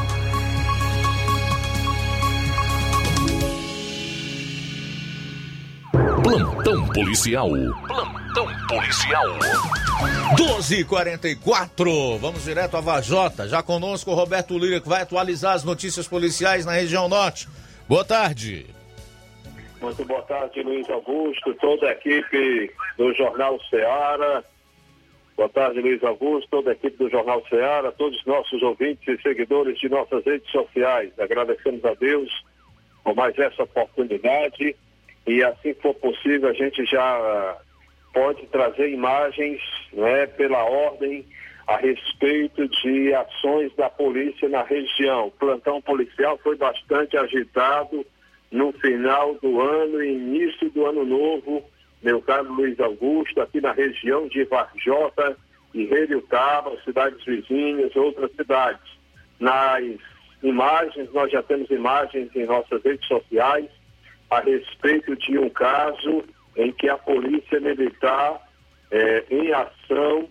Plantão policial. Plantão policial. doze e quarenta e quatro. Vamos direto a Vajota. Já conosco o Roberto Lira, que vai atualizar as notícias policiais na região norte. Boa tarde. Muito boa tarde, Luiz Augusto, toda a equipe do Jornal Ceará. Boa tarde, Luiz Augusto, toda a equipe do Jornal Ceará, todos os nossos ouvintes e seguidores de nossas redes sociais. Agradecemos a Deus por mais essa oportunidade e, assim que for possível, a gente já pode trazer imagens, né, pela ordem a respeito de ações da polícia na região. O plantão policial foi bastante agitado no final do ano e início do ano novo, meu caro Luiz Augusto, aqui na região de Varjota e Heriotaba, cidades vizinhas, outras cidades. Nas imagens, nós já temos imagens em nossas redes sociais a respeito de um caso em que a polícia militar, eh, em ação,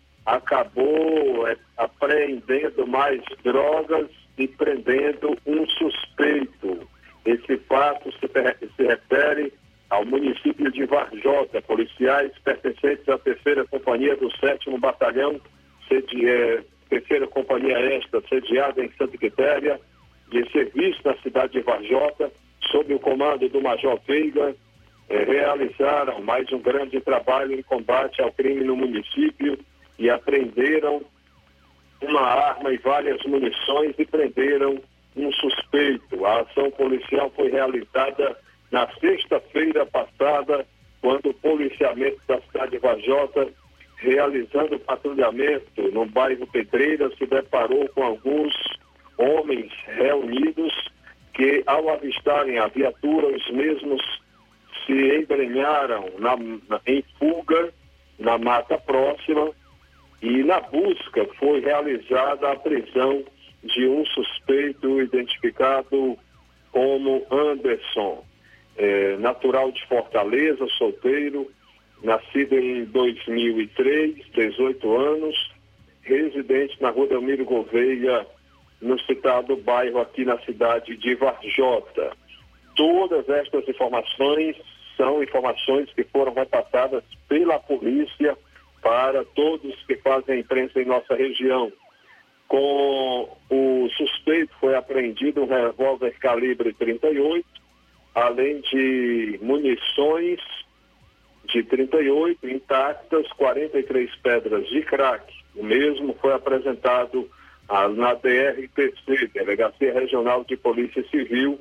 acabou é, apreendendo mais drogas e prendendo um suspeito. Esse fato se, se refere ao município de Varjota. Policiais pertencentes à terceira companhia do sétimo batalhão, sedi, é, terceira companhia esta, sediada em Santa Quitéria, de serviço na cidade de Varjota, sob o comando do Major Veiga, é, realizaram mais um grande trabalho em combate ao crime no município e apreenderam uma arma e várias munições e prenderam um suspeito. A ação policial foi realizada na sexta-feira passada, quando o policiamento da cidade de Varjota, realizando patrulhamento no bairro Pedreira, se deparou com alguns homens reunidos que, ao avistarem a viatura, os mesmos se embrenharam na, na, em fuga na mata próxima. E na busca foi realizada a prisão de um suspeito identificado como Anderson, é, natural de Fortaleza, solteiro, nascido em dois mil e três, dezoito anos, residente na rua Delmiro Gouveia, no citado bairro aqui na cidade de Varjota. Todas estas informações são informações que foram repassadas pela polícia para todos que fazem imprensa em nossa região. Com o suspeito foi apreendido um revólver calibre trinta e oito, além de munições de trinta e oito intactas, quarenta e três pedras de crack. O mesmo foi apresentado ah, na D R P C, Delegacia Regional de Polícia Civil,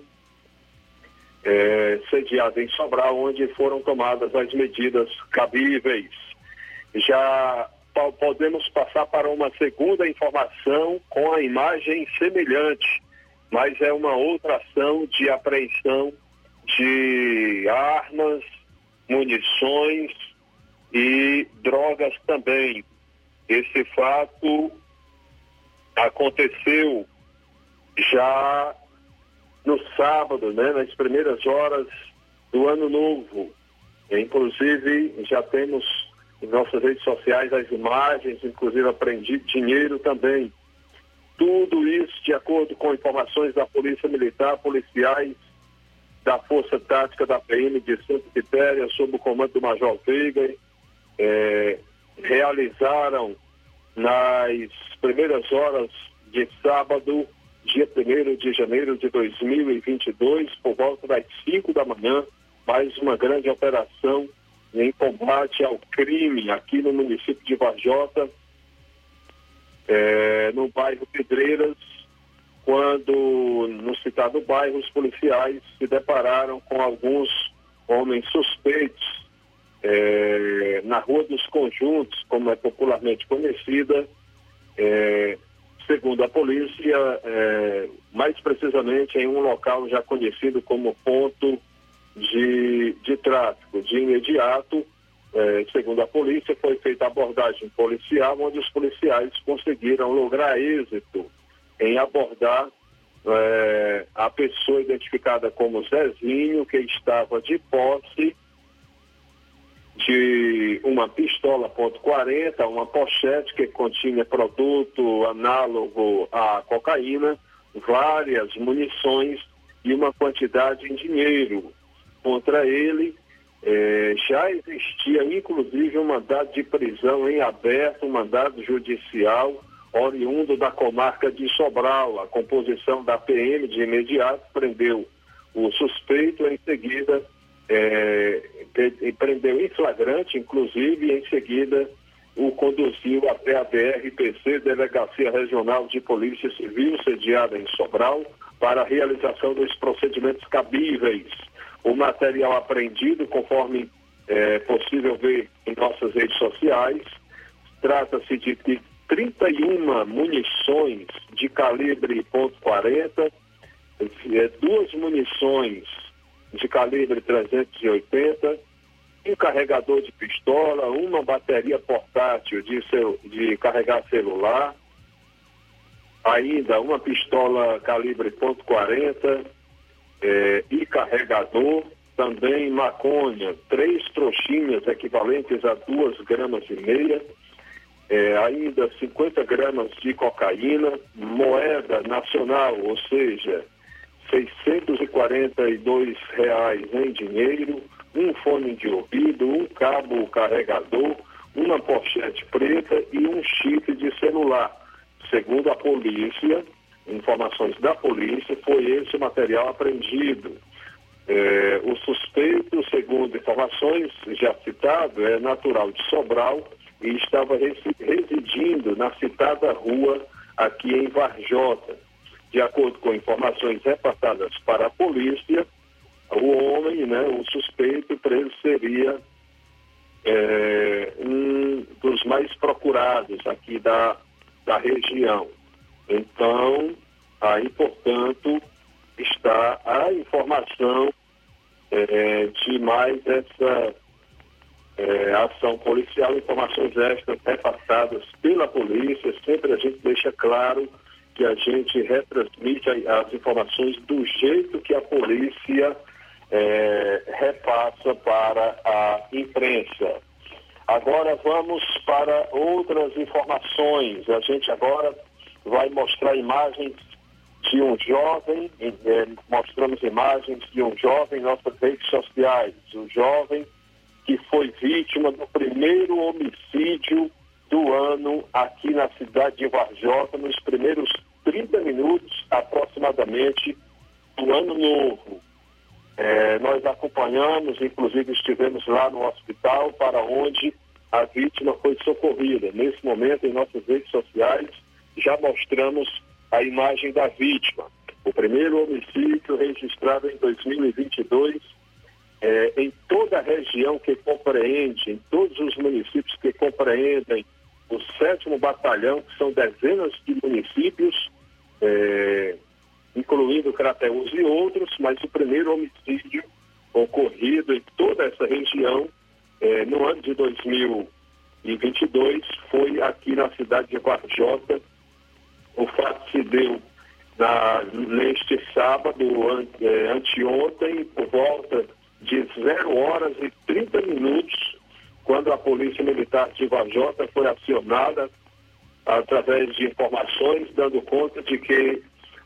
eh, sediada em Sobral, onde foram tomadas as medidas cabíveis. Já podemos passar para uma segunda informação com a imagem semelhante, mas é uma outra ação de apreensão de armas, munições e drogas também. Esse fato aconteceu já no sábado, né, nas primeiras horas do ano novo. Inclusive, já temos em nossas redes sociais as imagens, inclusive apreendido dinheiro também. Tudo isso de acordo com informações da Polícia Militar, policiais da Força Tática da P M de Santa Quitéria, sob o comando do Major Veiga, é, realizaram nas primeiras horas de sábado, dia primeiro de janeiro de dois mil e vinte e dois, por volta das cinco da manhã, mais uma grande operação em combate ao crime aqui no município de Varjota, é, no bairro Pedreiras, quando no citado bairro os policiais se depararam com alguns homens suspeitos é, na Rua dos Conjuntos, como é popularmente conhecida, é, segundo a polícia, é, mais precisamente em um local já conhecido como ponto de, de tráfico. De imediato, é, segundo a polícia, foi feita a abordagem policial, onde os policiais conseguiram lograr êxito em abordar é, a pessoa identificada como Zezinho, que estava de posse de uma pistola ponto quarenta, uma pochete que continha produto análogo à cocaína, várias munições e uma quantidade em dinheiro. Contra ele, eh, já existia inclusive um mandado de prisão em aberto, um mandado judicial oriundo da comarca de Sobral. A composição da P M de imediato prendeu o suspeito, em seguida eh, prendeu em flagrante, inclusive, e em seguida o conduziu até a D R P C, Delegacia Regional de Polícia Civil, sediada em Sobral, para a realização dos procedimentos cabíveis. O material apreendido, conforme é possível ver em nossas redes sociais, trata-se de, de trinta e uma munições de calibre ponto quarenta, é, duas munições de calibre trezentos e oitenta, um carregador de pistola, uma bateria portátil de, cel, de carregar celular, ainda uma pistola calibre ponto quarenta é, e carregador, também maconha, três trouxinhas equivalentes a duas gramas e meia, é, ainda cinquenta gramas de cocaína, moeda nacional, ou seja, seiscentos e quarenta e dois reais em dinheiro, um fone de ouvido, um cabo carregador, uma pochete preta e um chip de celular. Segundo a polícia, informações da polícia, foi esse o material apreendido. É, o suspeito, segundo informações já citado, é natural de Sobral e estava residindo na citada rua aqui em Varjota. De acordo com informações repassadas para a polícia, o homem, né, o suspeito preso seria é, um dos mais procurados aqui da, da região. Então, aí, portanto, está a informação é, de mais essa é, ação policial, informações extras repassadas pela polícia. Sempre a gente deixa claro que a gente retransmite as informações do jeito que a polícia é, repassa para a imprensa. Agora vamos para outras informações. A gente agora vai mostrar imagens de um jovem, é, mostramos imagens de um jovem em nossas redes sociais, um jovem que foi vítima do primeiro homicídio do ano aqui na cidade de Varjota, nos primeiros trinta minutos aproximadamente do ano novo. É, nós acompanhamos, inclusive estivemos lá no hospital para onde a vítima foi socorrida. Nesse momento, em nossas redes sociais, já mostramos a imagem da vítima. O primeiro homicídio registrado em dois mil e vinte e dois, é, em toda a região que compreende, em todos os municípios que compreendem o sétimo batalhão, que são dezenas de municípios, é, incluindo Crateús e outros, mas o primeiro homicídio ocorrido em toda essa região, é, no ano de dois mil e vinte e dois, foi aqui na cidade de Varjota. O fato se deu na, neste sábado, ante, é, anteontem, por volta de zero horas e trinta minutos, quando a Polícia Militar de Varjota foi acionada através de informações, dando conta de que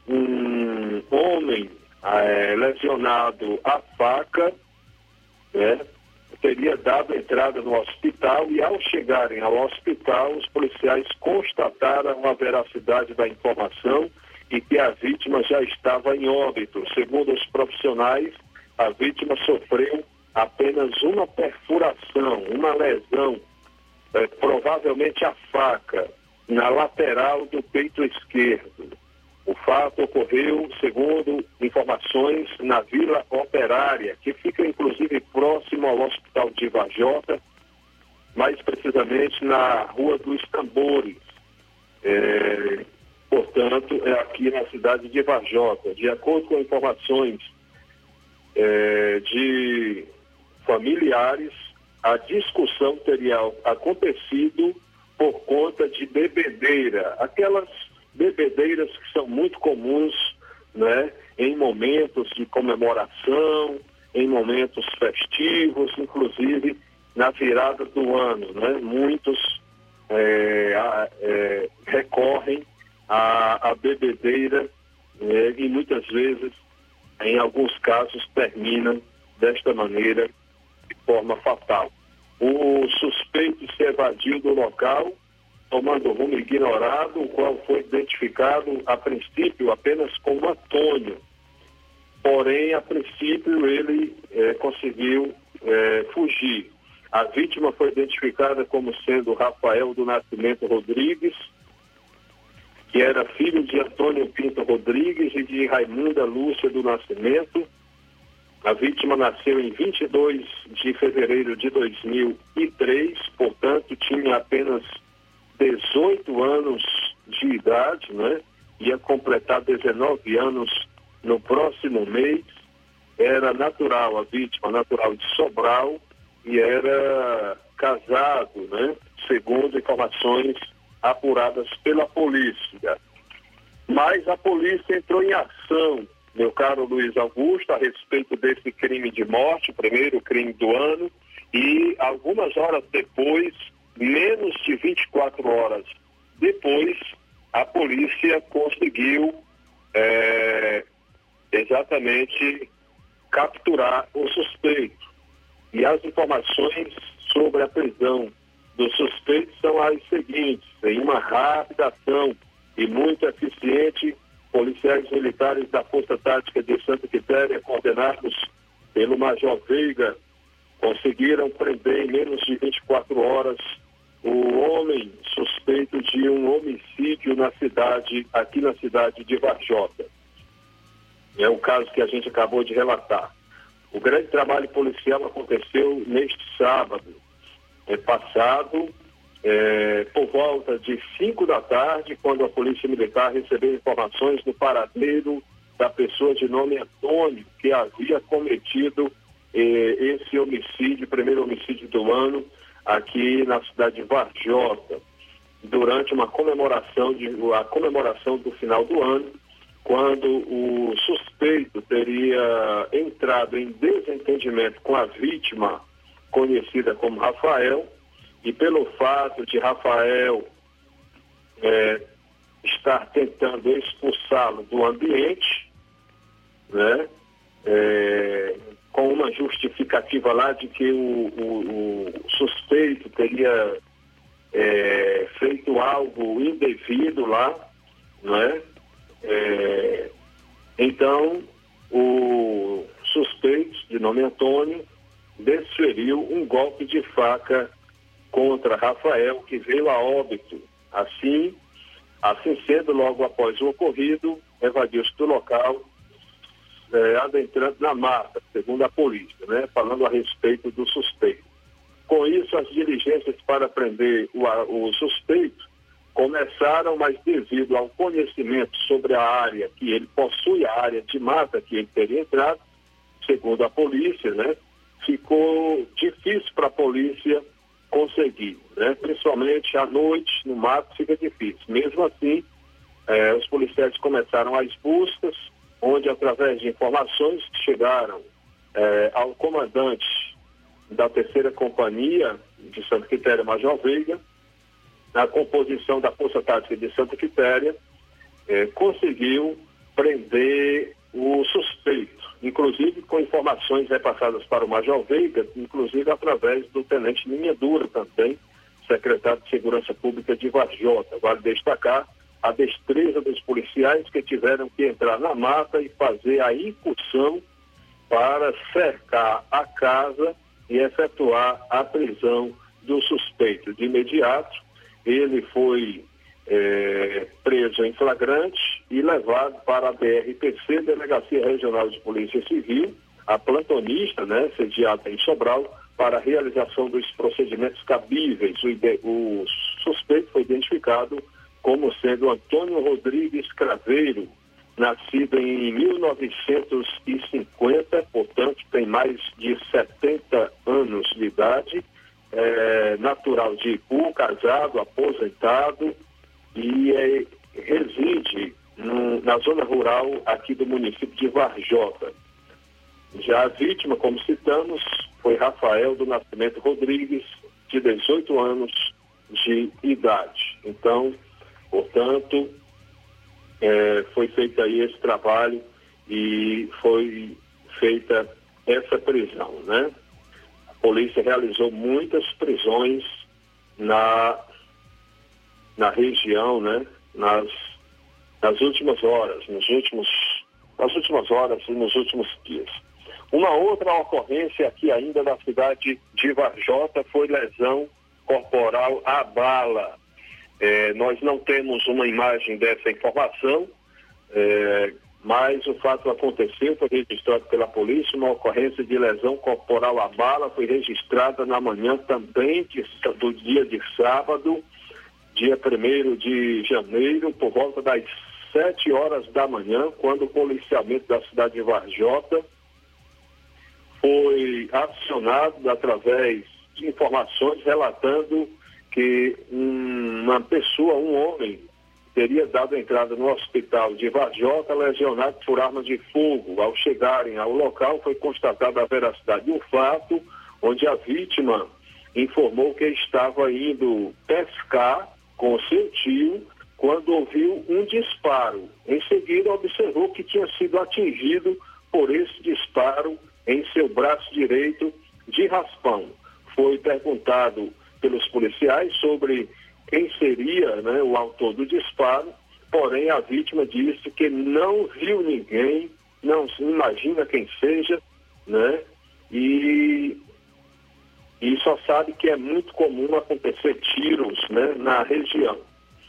um homem é, lesionado à faca, né, teria dado entrada no hospital, e ao chegarem ao hospital, os policiais constataram a veracidade da informação e que a vítima já estava em óbito. Segundo os profissionais, a vítima sofreu apenas uma perfuração, uma lesão, é, provavelmente a faca, na lateral do peito esquerdo. O fato ocorreu, segundo informações, na Vila Operária, que fica inclusive próximo ao Hospital de Varjota, mais precisamente na Rua dos Tambores. É, portanto, é aqui na cidade de Varjota. De acordo com informações é, de familiares, a discussão teria acontecido por conta de bebedeira, aquelas bebedeiras que são muito comuns, né, em momentos de comemoração, em momentos festivos, inclusive na virada do ano, né? Muitos é, a, é, recorrem à, à bebedeira é, e muitas vezes, em alguns casos, terminam desta maneira, de forma fatal. O suspeito se evadiu do local, tomando rumo ignorado, o qual foi identificado a princípio apenas como Antônio. Porém, a princípio, ele eh, conseguiu eh, fugir. A vítima foi identificada como sendo Rafael do Nascimento Rodrigues, que era filho de Antônio Pinto Rodrigues e de Raimunda Lúcia do Nascimento. A vítima nasceu em vinte e dois de fevereiro de dois mil e três, portanto tinha apenas dezoito anos de idade, né? Ia completar dezenove anos no próximo mês. Era natural, a vítima natural de Sobral, e era casado, né? Segundo informações apuradas pela polícia. Mas a polícia entrou em ação, meu caro Luiz Augusto, a respeito desse crime de morte, o primeiro crime do ano, e algumas horas depois, menos de vinte e quatro horas depois, a polícia conseguiu é, exatamente capturar o suspeito. E as informações sobre a prisão do suspeito são as seguintes: em uma rápida ação e muito eficiente, policiais militares da Força Tática de Santa Quitéria, coordenados pelo Major Veiga, conseguiram prender em menos de vinte e quatro horas o homem suspeito de um homicídio na cidade, aqui na cidade de Varjota. É o caso que a gente acabou de relatar. O grande trabalho policial aconteceu neste sábado, é passado, é, por volta de cinco da tarde, quando a Polícia Militar recebeu informações do paradeiro da pessoa de nome Antônio, que havia cometido eh, esse homicídio, primeiro homicídio do ano, aqui na cidade de Varjota, durante uma comemoração, de, a comemoração do final do ano, quando o suspeito teria entrado em desentendimento com a vítima, conhecida como Rafael, e pelo fato de Rafael é, estar tentando expulsá-lo do ambiente, né, é, com uma justificativa lá de que o, o, o suspeito teria é, feito algo indevido lá, né? É, então, o suspeito, de nome Antônio, desferiu um golpe de faca contra Rafael, que veio a óbito. Assim, assim sendo, logo após o ocorrido, evadiu-se do local, é, adentrando na mata, segundo a polícia, né, falando a respeito do suspeito. Com isso, as diligências para prender o, o suspeito começaram, mas devido ao conhecimento sobre a área que ele possui, a área de mata que ele teria entrado, segundo a polícia, né, ficou difícil para a polícia conseguir, né, principalmente à noite, no mato, fica difícil. Mesmo assim, eh, os policiais começaram as buscas, onde, através de informações que chegaram eh, ao comandante da terceira companhia de Santa Quitéria, Major Veiga, na composição da Força Tática de Santa Quitéria, eh, conseguiu prender o suspeito, inclusive com informações repassadas para o Major Veiga, inclusive através do Tenente Linha Dura também, secretário de Segurança Pública de Varjota. Vale destacar a destreza dos policiais que tiveram que entrar na mata e fazer a incursão para cercar a casa e efetuar a prisão do suspeito. De imediato, ele foi é, preso em flagrante e levado para a D R P C, Delegacia Regional de Polícia Civil, a plantonista, né, sediada em Sobral, para a realização dos procedimentos cabíveis. O, o suspeito foi identificado como sendo Antônio Rodrigues Craveiro, nascido em mil novecentos e cinquenta, portanto tem mais de setenta anos de idade, é, natural de Ipu, casado, aposentado e é, reside no, na zona rural aqui do município de Varjota. Já a vítima, como citamos, foi Rafael do Nascimento Rodrigues, de dezoito anos de idade. Então, portanto, é, foi feito aí esse trabalho e foi feita essa prisão, né? A polícia realizou muitas prisões na, na região, né? Nas, nas últimas horas, nos últimos, nas últimas horas e nos últimos dias. Uma outra ocorrência aqui ainda na cidade de Varjota foi lesão corporal à bala. É, nós não temos uma imagem dessa informação, é, mas o fato aconteceu, foi registrado pela polícia, uma ocorrência de lesão corporal à bala foi registrada na manhã também de, do dia de sábado, dia primeiro de janeiro, por volta das sete horas da manhã, quando o policiamento da cidade de Varjota foi acionado através de informações relatando que uma pessoa, um homem, teria dado entrada no hospital de Varjota lesionado por arma de fogo. Ao chegarem ao local, foi constatada a veracidade do fato, onde a vítima informou que estava indo pescar com seu tio quando ouviu um disparo. Em seguida, observou que tinha sido atingido por esse disparo em seu braço direito de raspão. Foi perguntado pelos policiais sobre quem seria, né, o autor do disparo, porém a vítima disse que não viu ninguém, não se imagina quem seja, né, e, e só sabe que é muito comum acontecer tiros, né, na região,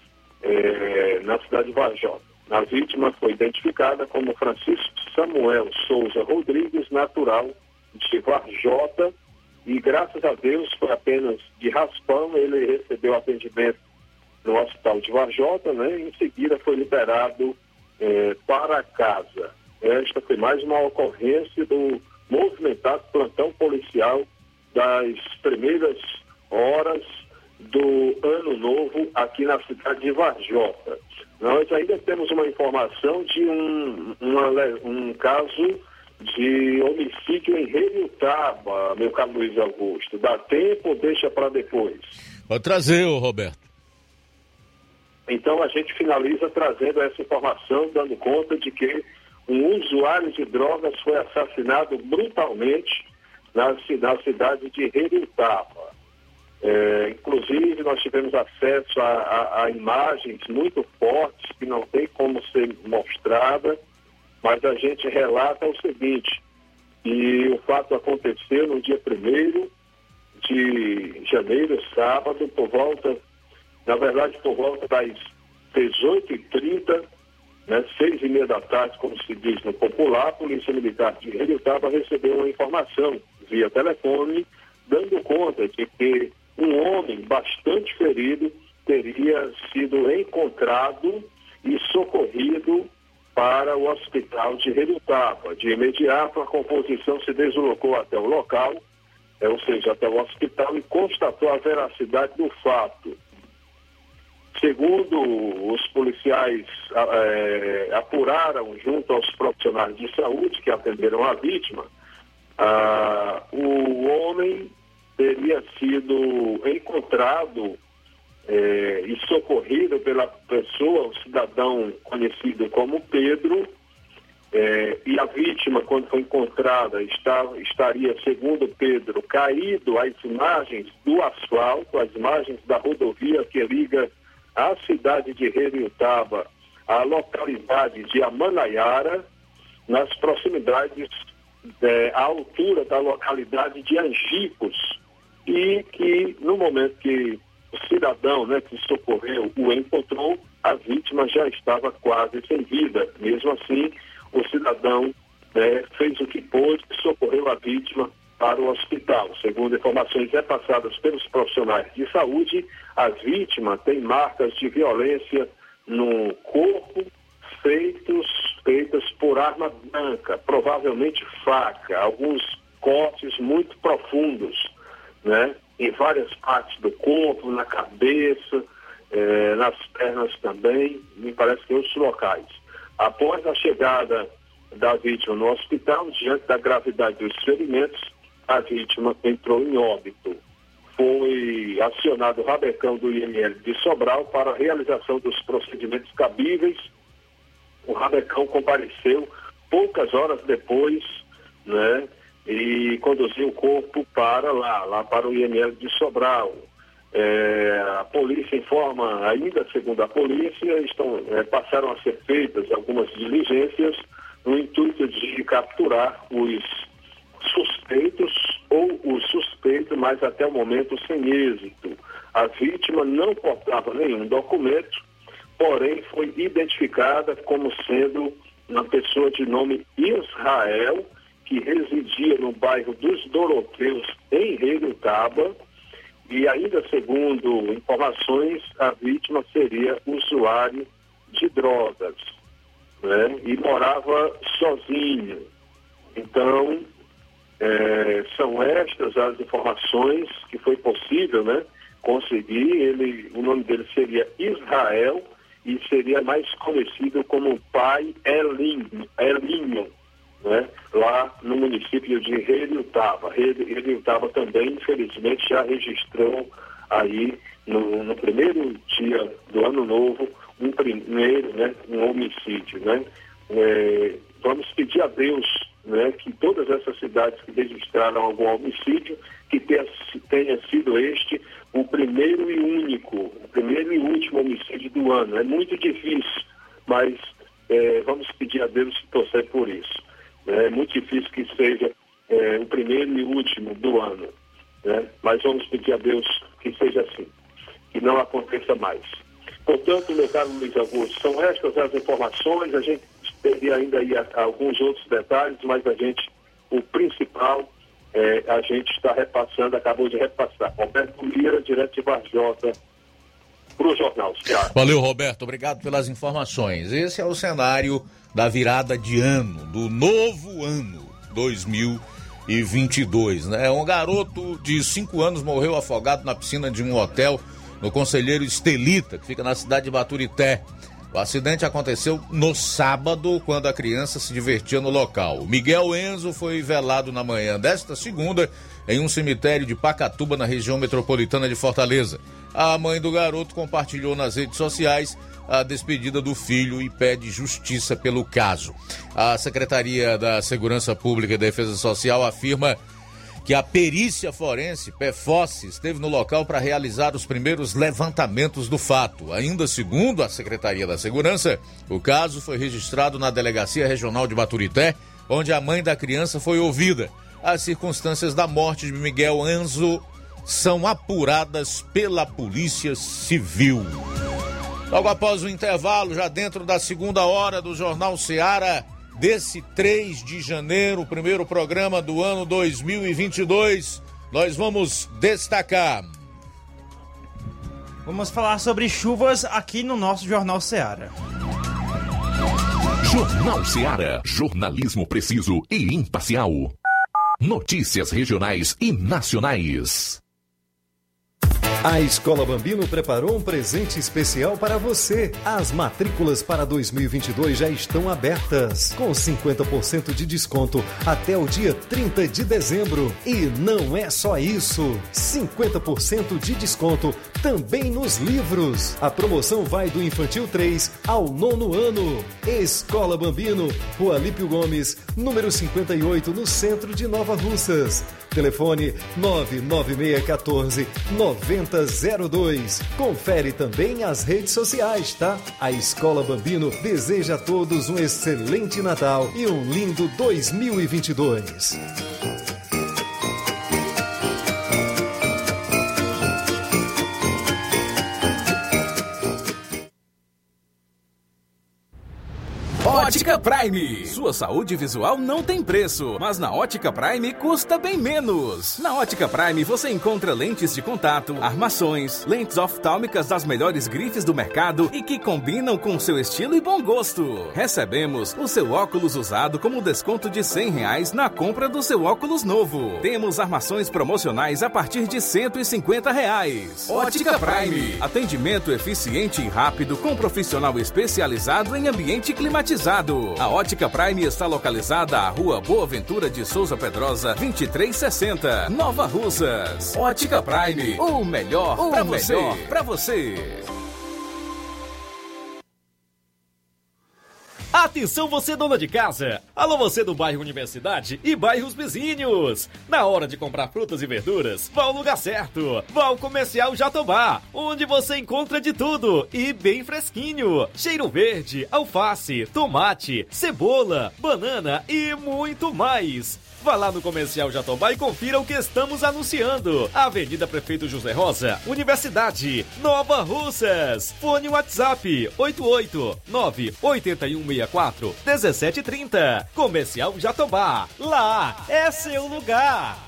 é, na cidade de Varjota. A vítima foi identificada como Francisco Samuel Souza Rodrigues, natural de Varjota, e graças a Deus foi apenas de raspão. Ele recebeu atendimento no hospital de Varjota, né? Em seguida foi liberado eh, para casa. Esta foi mais uma ocorrência do movimentado plantão policial das primeiras horas do ano novo aqui na cidade de Varjota. Nós ainda temos uma informação de um, uma, um caso de homicídio em Reriutaba, meu caro Luiz Augusto. Dá tempo ou deixa para depois? Pode trazer, ô Roberto. Então a gente finaliza trazendo essa informação, dando conta de que um usuário de drogas foi assassinado brutalmente na, na cidade de Reriutaba. É, inclusive nós tivemos acesso a, a, a imagens muito fortes que não tem como ser mostrada, mas a gente relata o seguinte, e o fato aconteceu no dia primeiro de janeiro, sábado, por volta, na verdade por volta das dezoito e trinta, né, seis e meia da tarde, como se diz no popular, a Polícia Militar de Reriutaba recebeu uma informação via telefone, dando conta de que um homem bastante ferido teria sido encontrado e socorrido para o hospital de Reriutaba. De imediato, a composição se deslocou até o local, é, ou seja, até o hospital, e constatou a veracidade do fato. Segundo os policiais é, apuraram junto aos profissionais de saúde que atenderam a vítima, ah, o homem teria sido encontrado É, e socorrido pela pessoa, um cidadão conhecido como Pedro, é, e a vítima, quando foi encontrada, estava, estaria, segundo Pedro, caído às imagens do asfalto, às imagens da rodovia que liga a cidade de Reriutaba à localidade de Amanaiara, nas proximidades, é, à altura da localidade de Angicos, e que no momento que o cidadão, né, que socorreu o encontrou, a vítima já estava quase sem vida. Mesmo assim, o cidadão, né, fez o que pôde e socorreu a vítima para o hospital. Segundo informações repassadas pelos profissionais de saúde, a vítima tem marcas de violência no corpo feitos, feitas por arma branca, provavelmente faca, alguns cortes muito profundos, né, em várias partes do corpo, na cabeça, eh, nas pernas também, me parece que em outros locais. Após a chegada da vítima no hospital, diante da gravidade dos ferimentos, a vítima entrou em óbito. Foi acionado o rabecão do I M L de Sobral para a realização dos procedimentos cabíveis. O rabecão compareceu poucas horas depois, né, e conduziu o corpo para lá, lá para o I M L de Sobral. É, a polícia informa, ainda segundo a polícia, estão, é, passaram a ser feitas algumas diligências no intuito de capturar os suspeitos ou o suspeito, mas até o momento sem êxito. A vítima não portava nenhum documento, porém foi identificada como sendo uma pessoa de nome Israel, que residia no bairro dos Doroteus, em Reiutaba, e ainda segundo informações, a vítima seria usuário de drogas, né? E morava sozinho. Então, é, são estas as informações que foi possível, né, conseguir. Ele, o nome dele seria Israel e seria mais conhecido como Pai Elinho, Elinho, né, lá no município de Reiutaba. Reiutaba também, infelizmente, já registrou aí no, no primeiro dia do ano novo um primeiro, né, um homicídio, né? É, vamos pedir a Deus, né, que todas essas cidades que registraram algum homicídio, que tenha, tenha sido este o primeiro e único, o primeiro e último homicídio do ano. É muito difícil, mas é, vamos pedir a Deus e torcer por isso. É muito difícil que seja é, o primeiro e último do ano, né? Mas vamos pedir a Deus que seja assim, que não aconteça mais. Portanto, meu caro Luiz Augusto, são estas as informações. A gente teria ainda aí alguns outros detalhes, mas a gente, o principal, é, a gente está repassando, acabou de repassar. Roberto Lira, direto de Varjota, para o Jornal Ceará. Valeu, Roberto, obrigado pelas informações. Esse é o cenário da virada de ano, do novo ano dois mil e vinte e dois, né? Um garoto de cinco anos morreu afogado na piscina de um hotel no Conselheiro Estelita, que fica na cidade de Baturité. O acidente aconteceu no sábado, quando a criança se divertia no local. O Miguel Enzo foi velado na manhã desta segunda em um cemitério de Pacatuba, na região metropolitana de Fortaleza. A mãe do garoto compartilhou nas redes sociais a despedida do filho e pede justiça pelo caso. A Secretaria da Segurança Pública e Defesa Social afirma que a perícia forense, PEFOS, esteve no local para realizar os primeiros levantamentos do fato. Ainda segundo a Secretaria da Segurança, o caso foi registrado na Delegacia Regional de Baturité, onde a mãe da criança foi ouvida. As circunstâncias da morte de Miguel Enzo são apuradas pela Polícia Civil. Logo após o intervalo, já dentro da segunda hora do Jornal Ceará, desse três de janeiro, o primeiro programa do ano dois mil e vinte e dois, nós vamos destacar. Vamos falar sobre chuvas aqui no nosso Jornal Ceará. Jornal Ceará, jornalismo preciso e imparcial. Notícias regionais e nacionais. A Escola Bambino preparou um presente especial para você. As matrículas para dois mil e vinte e dois já estão abertas, com cinquenta por cento de desconto até o dia trinta de dezembro. E não é só isso, cinquenta por cento de desconto também nos livros. A promoção vai do Infantil três ao nono ano. Escola Bambino, Rua Lípio Gomes, número cinquenta e oito, no centro de Nova Russas. Telefone nove nove seis um quatro nove zero zero dois. Confere também as redes sociais, tá? A Escola Bambino deseja a todos um excelente Natal e um lindo dois mil e vinte e dois. Ótica Prime. Sua saúde visual não tem preço, mas na Ótica Prime custa bem menos. Na Ótica Prime você encontra lentes de contato, armações, lentes oftálmicas das melhores grifes do mercado e que combinam com seu estilo e bom gosto. Recebemos o seu óculos usado como desconto de cem reais na compra do seu óculos novo. Temos armações promocionais a partir de cento e cinquenta reais. Ótica Prime. Atendimento eficiente e rápido com profissional especializado em ambiente climatizado. A Ótica Prime está localizada à Rua Boa Ventura de Souza Pedrosa, vinte e três sessenta, Nova Russas. Ótica Prime, o melhor para você. Pra você. Atenção você dona de casa! Alô você do bairro Universidade e bairros vizinhos! Na hora de comprar frutas e verduras, vá ao lugar certo! Vá ao Comercial Jatobá, onde você encontra de tudo e bem fresquinho! Cheiro verde, alface, tomate, cebola, banana e muito mais! Vá lá no Comercial Jatobá e confira o que estamos anunciando. Avenida Prefeito José Rosa, Universidade, Nova Russas. Fone WhatsApp oito oito nove oito um seis quatro um sete três zero. Comercial Jatobá. Lá é seu lugar.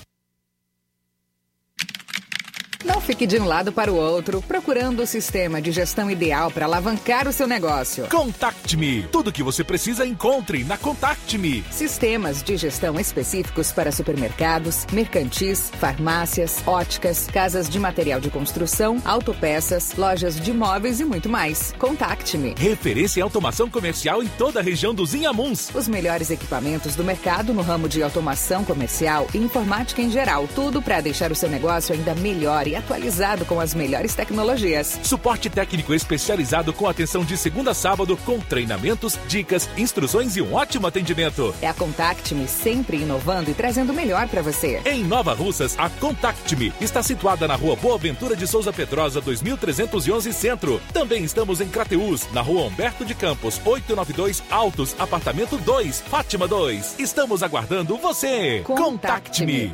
Não fique de um lado para o outro, procurando o sistema de gestão ideal para alavancar o seu negócio. Contact-me. Tudo que você precisa encontre na Contact-me. Sistemas de gestão específicos para supermercados, mercantis, farmácias, óticas, casas de material de construção, autopeças, lojas de móveis e muito mais. Contact-me. Referência em automação comercial em toda a região dos Inhamuns. Os melhores equipamentos do mercado no ramo de automação comercial e informática em geral. Tudo para deixar o seu negócio ainda melhor e atualizado com as melhores tecnologias. Suporte técnico especializado com atenção de segunda a sábado, com treinamentos, dicas, instruções e um ótimo atendimento. É a Contact-me, sempre inovando e trazendo o melhor para você. Em Nova Russas, a Contact-me está situada na Rua Boa Ventura de Souza Pedrosa, dois mil trezentos e onze Centro. Também estamos em Crateús, na Rua Humberto de Campos, oitocentos e noventa e dois Altos, apartamento dois, Fátima dois. Estamos aguardando você. Contact-me.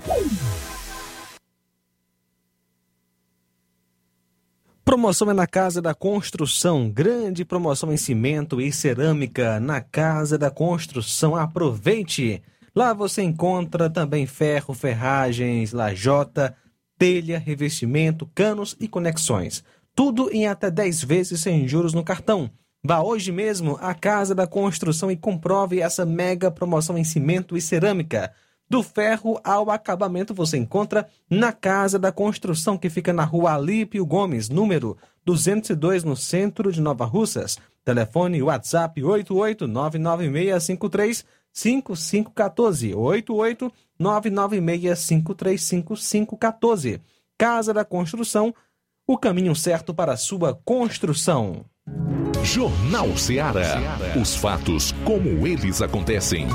Promoção é na Casa da Construção, grande promoção em cimento e cerâmica na Casa da Construção. Aproveite! Lá você encontra também ferro, ferragens, lajota, telha, revestimento, canos e conexões. Tudo em até dez vezes sem juros no cartão. Vá hoje mesmo à Casa da Construção e comprove essa mega promoção em cimento e cerâmica. Do ferro ao acabamento você encontra na Casa da Construção, que fica na Rua Alípio Gomes, número duzentos e dois, no centro de Nova Russas. Telefone WhatsApp oito oito nove nove seis cinco três cinco cinco um quatro, oito oito nove nove seis cinco três cinco cinco um quatro. Casa da Construção, o caminho certo para a sua construção. Jornal Ceará. Os fatos como eles acontecem.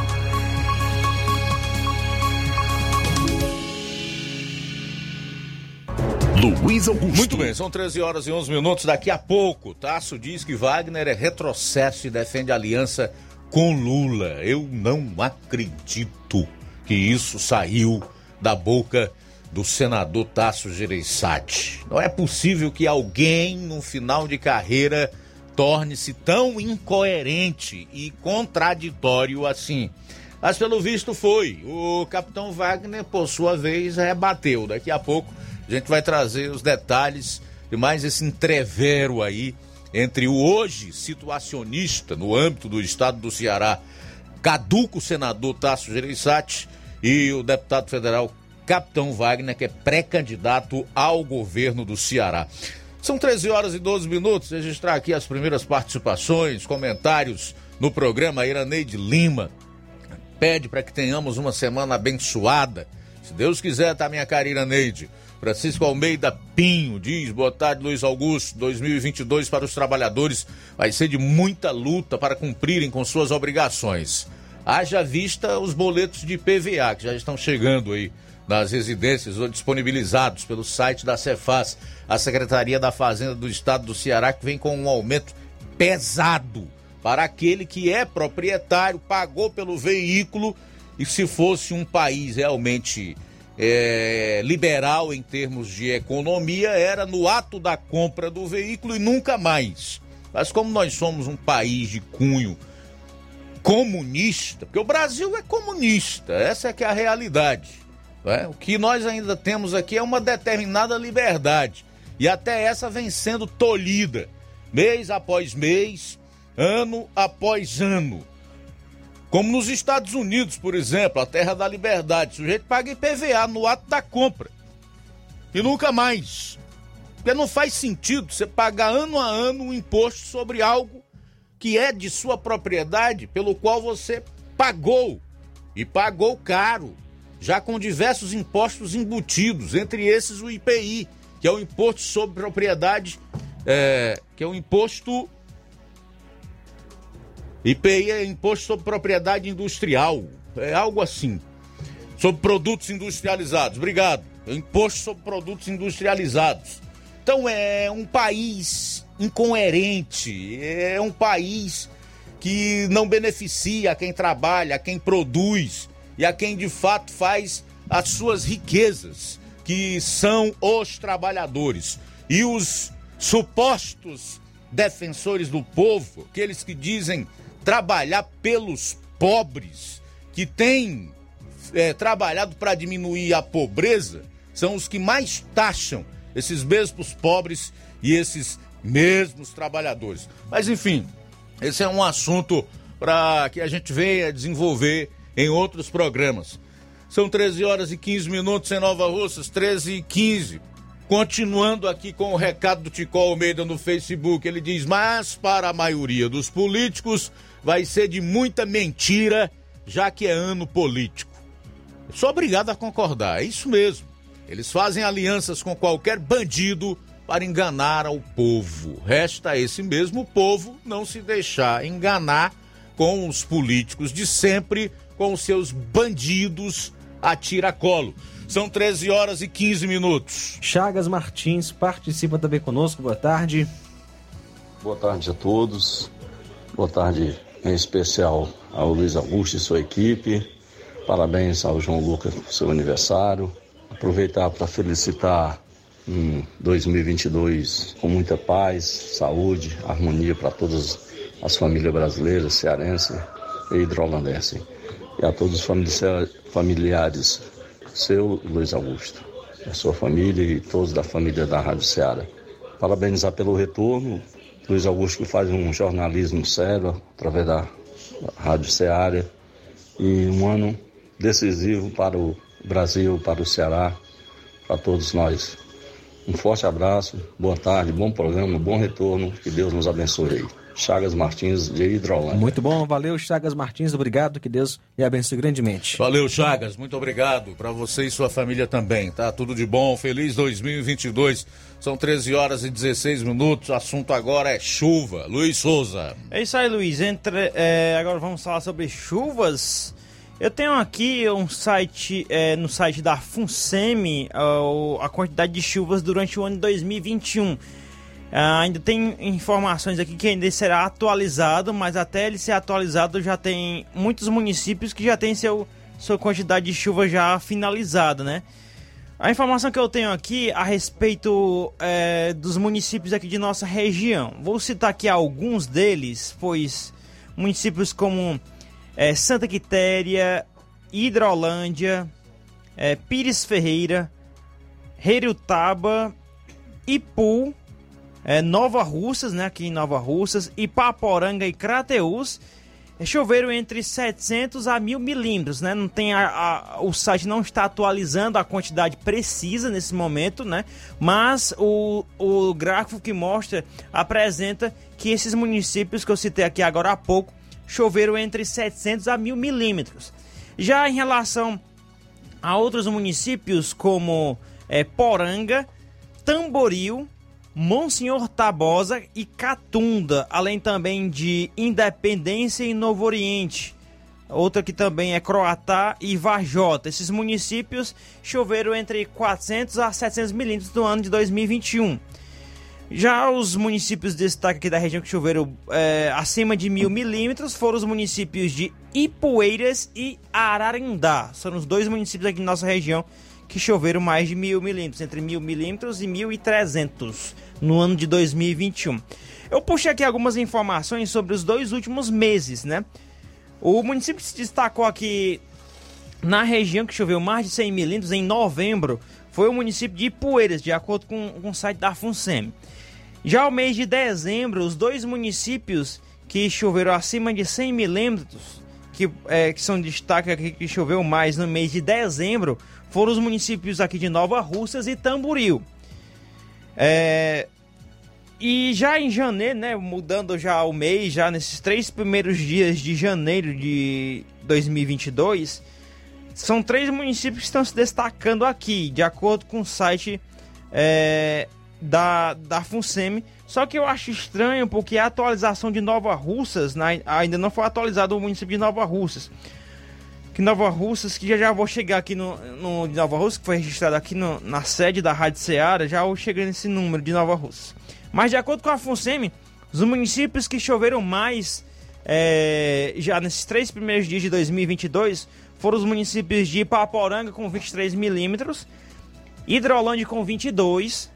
Luiz Augusto. Muito bem, são treze horas e onze minutos. Daqui a pouco, Tasso diz que Wagner é retrocesso e defende aliança com Lula. Eu não acredito que isso saiu da boca do senador Tasso Gereissati. Não é possível que alguém, no final de carreira, torne-se tão incoerente e contraditório assim. Mas, pelo visto, foi. O capitão Wagner, por sua vez, rebateu. Daqui a pouco a gente vai trazer os detalhes de mais esse entrevero aí entre o hoje situacionista no âmbito do estado do Ceará, caduco senador Tasso Gereissati, e o deputado federal capitão Wagner, que é pré-candidato ao governo do Ceará. São treze horas e doze minutos. Registrar aqui as primeiras participações, comentários no programa. Iraneide Lima pede para que tenhamos uma semana abençoada. Se Deus quiser, tá, minha cara Iraneide. Francisco Almeida Pinho diz: boa tarde, Luiz Augusto. dois mil e vinte e dois para os trabalhadores vai ser de muita luta para cumprirem com suas obrigações. Haja vista os boletos de I P V A que já estão chegando aí nas residências ou disponibilizados pelo site da Cefaz, a Secretaria da Fazenda do Estado do Ceará, que vem com um aumento pesado para aquele que é proprietário, pagou pelo veículo, e se fosse um país realmente é, liberal em termos de economia, era no ato da compra do veículo e nunca mais. Mas como nós somos um país de cunho comunista, porque o Brasil é comunista, essa é que é a realidade, né? O que nós ainda temos aqui é uma determinada liberdade, e até essa vem sendo tolhida, mês após mês, ano após ano. Como nos Estados Unidos, por exemplo, a terra da liberdade, o sujeito paga I P V A no ato da compra e nunca mais. Porque não faz sentido você pagar ano a ano um imposto sobre algo que é de sua propriedade, pelo qual você pagou, e pagou caro, já com diversos impostos embutidos, entre esses o I P I, que é o Imposto sobre Propriedade, é, que é o imposto... I P I é Imposto sobre Propriedade Industrial, é algo assim, sobre produtos industrializados, obrigado, é Imposto sobre Produtos Industrializados. Então é um país incoerente, é um país que não beneficia a quem trabalha, a quem produz, e a quem de fato faz as suas riquezas, que são os trabalhadores. E os supostos defensores do povo, aqueles que dizem trabalhar pelos pobres, que têm é, trabalhado para diminuir a pobreza, são os que mais taxam esses mesmos pobres e esses mesmos trabalhadores. Mas enfim, esse é um assunto para que a gente venha desenvolver em outros programas. São treze horas e quinze minutos em Nova Russas, treze e quinze. Continuando aqui com o recado do Tico Almeida no Facebook, ele diz: mas para a maioria dos políticos vai ser de muita mentira, já que é ano político. Eu sou obrigado a concordar, é isso mesmo. Eles fazem alianças com qualquer bandido para enganar ao povo. Resta a esse mesmo povo não se deixar enganar com os políticos de sempre, com os seus bandidos a tiracolo. São treze horas e quinze minutos. Chagas Martins participa também conosco. Boa tarde. Boa tarde a todos. Boa tarde em especial ao Luiz Augusto e sua equipe. Parabéns ao João Lucas por seu aniversário. Aproveitar para felicitar em dois mil e vinte e dois com muita paz, saúde, harmonia para todas as famílias brasileiras, cearense e hidrolandense. E a todos os familiares, seu Luiz Augusto, a sua família e todos da família da Rádio Ceará. Parabenizar pelo retorno, Luiz Augusto, que faz um jornalismo sério através da Rádio Ceará, e um ano decisivo para o Brasil, para o Ceará, para todos nós. Um forte abraço, boa tarde, bom programa, bom retorno, que Deus nos abençoe aí. Chagas Martins, de Hidrolândia. Muito bom, valeu Chagas Martins, obrigado, que Deus lhe abençoe grandemente. Valeu, Chagas, muito obrigado, para você e sua família também, tá? Tudo de bom, feliz dois mil e vinte e dois, são treze horas e dezesseis minutos, o assunto agora é chuva. Luiz Souza. É isso aí, Luiz, Entre, é, agora vamos falar sobre chuvas. Eu tenho aqui um site, é, no site da FUNSEMI, a, a quantidade de chuvas durante o ano de dois mil e vinte e um. Uh, ainda tem informações aqui que ainda será atualizado, mas até ele ser atualizado já tem muitos municípios que já tem seu, sua quantidade de chuva já finalizada, né? A informação que eu tenho aqui a respeito é, dos municípios aqui de nossa região. Vou citar aqui alguns deles, pois municípios como é, Santa Quitéria, Hidrolândia, é, Pires Ferreira, Heriutaba, Ipu, É, Nova Russas, né, aqui em Nova Russas, Ipaporanga e Crateús, choveram entre setecentos a mil milímetros, né? Não tem a, a, o site não está atualizando a quantidade precisa nesse momento, né? Mas o, o gráfico que mostra apresenta que esses municípios que eu citei aqui agora há pouco choveram entre setecentos a mil milímetros. Já em relação a outros municípios como é, Poranga, Tamboril, Monsenhor Tabosa e Catunda, além também de Independência e Novo Oriente. Outra que também é Croatá e Varjota. Esses municípios choveram entre quatrocentos a setecentos milímetros no ano de dois mil e vinte e um. Já os municípios de destaque aqui da região que choveram é, acima de mil milímetros foram os municípios de Ipueiras e Ararindá. São os dois municípios aqui da nossa região que choveram mais de mil milímetros, entre mil milímetros e mil e trezentos no ano de dois mil e vinte e um. Eu puxei aqui algumas informações sobre os dois últimos meses, né? O município que se destacou aqui na região que choveu mais de cem milímetros em novembro foi o município de Ipueiras, de acordo com, com o site da FUNSEMI. Já o mês de dezembro, os dois municípios que choveram acima de cem milímetros, que, é, que são destaque aqui, que choveu mais no mês de dezembro, foram os municípios aqui de Nova Russas e Tamboril. É, e já em janeiro, né, mudando já o mês, já nesses três primeiros dias de janeiro de dois mil e vinte e dois, são três municípios que estão se destacando aqui, de acordo com o site é, da, da FUNSEMI. Só que eu acho estranho porque a atualização de Nova Russas, né, ainda não foi atualizado o município de Nova Russas. Que Nova Russas, que já já vou chegar aqui no, no de Nova Russas, que foi registrado aqui no, na sede da Rádio Ceará, já vou chegar nesse número de Nova Russas. Mas de acordo com a FUNSEMI, os municípios que choveram mais é, já nesses três primeiros dias de dois mil e vinte e dois foram os municípios de Ipaporanga com vinte e três milímetros, Hidrolândia com vinte e dois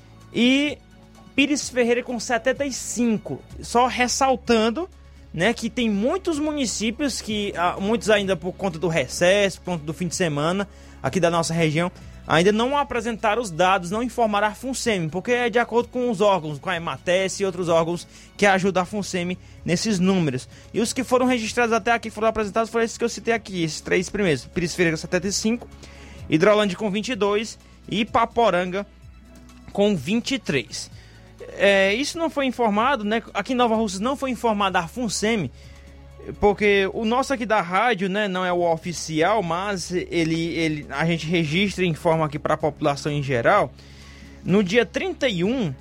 e Pires Ferreira com setenta e cinco. Só ressaltando, né, que tem muitos municípios que, muitos ainda por conta do recesso, por conta do fim de semana aqui da nossa região, ainda não apresentaram os dados, não informaram a FUNSEMI, porque é de acordo com os órgãos, com a EMATES e outros órgãos que ajudam a FUNSEMI nesses números. E os que foram registrados até aqui, foram apresentados, foram esses que eu citei aqui, esses três primeiros. Pires Ferreira com setenta e cinco, Hidrolândia com vinte e dois e Ipaporanga com vinte e três. É, isso não foi informado, né? Aqui em Nova Russas não foi informada a FUNSEMI, porque o nosso aqui da rádio, né, não é o oficial, mas ele, ele, a gente registra e informa aqui para a população em geral. No dia trinta e um,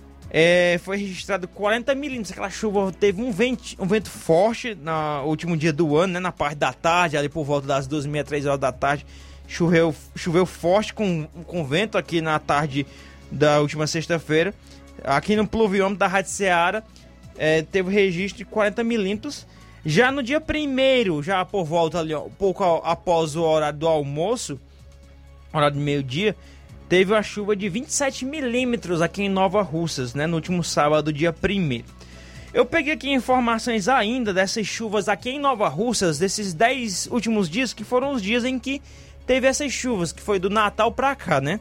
é, foi registrado quarenta milímetros. Aquela chuva teve um vento, um vento forte no último dia do ano, né, na parte da tarde, ali por volta das duas e meia, três horas da tarde. Choveu, choveu forte com, com vento aqui na tarde da última sexta-feira. Aqui no pluviômetro da Rádio Ceará, é, teve registro de quarenta milímetros. Já no dia primeiro, já por volta ali, um pouco após o horário do almoço, horário de meio-dia, teve uma chuva de vinte e sete milímetros aqui em Nova Russas, né, no último sábado, dia primeiro. Eu peguei aqui informações ainda dessas chuvas aqui em Nova Russas, desses dez últimos dias, que foram os dias em que teve essas chuvas, que foi do Natal pra cá, né?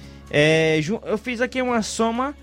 É, eu fiz aqui uma soma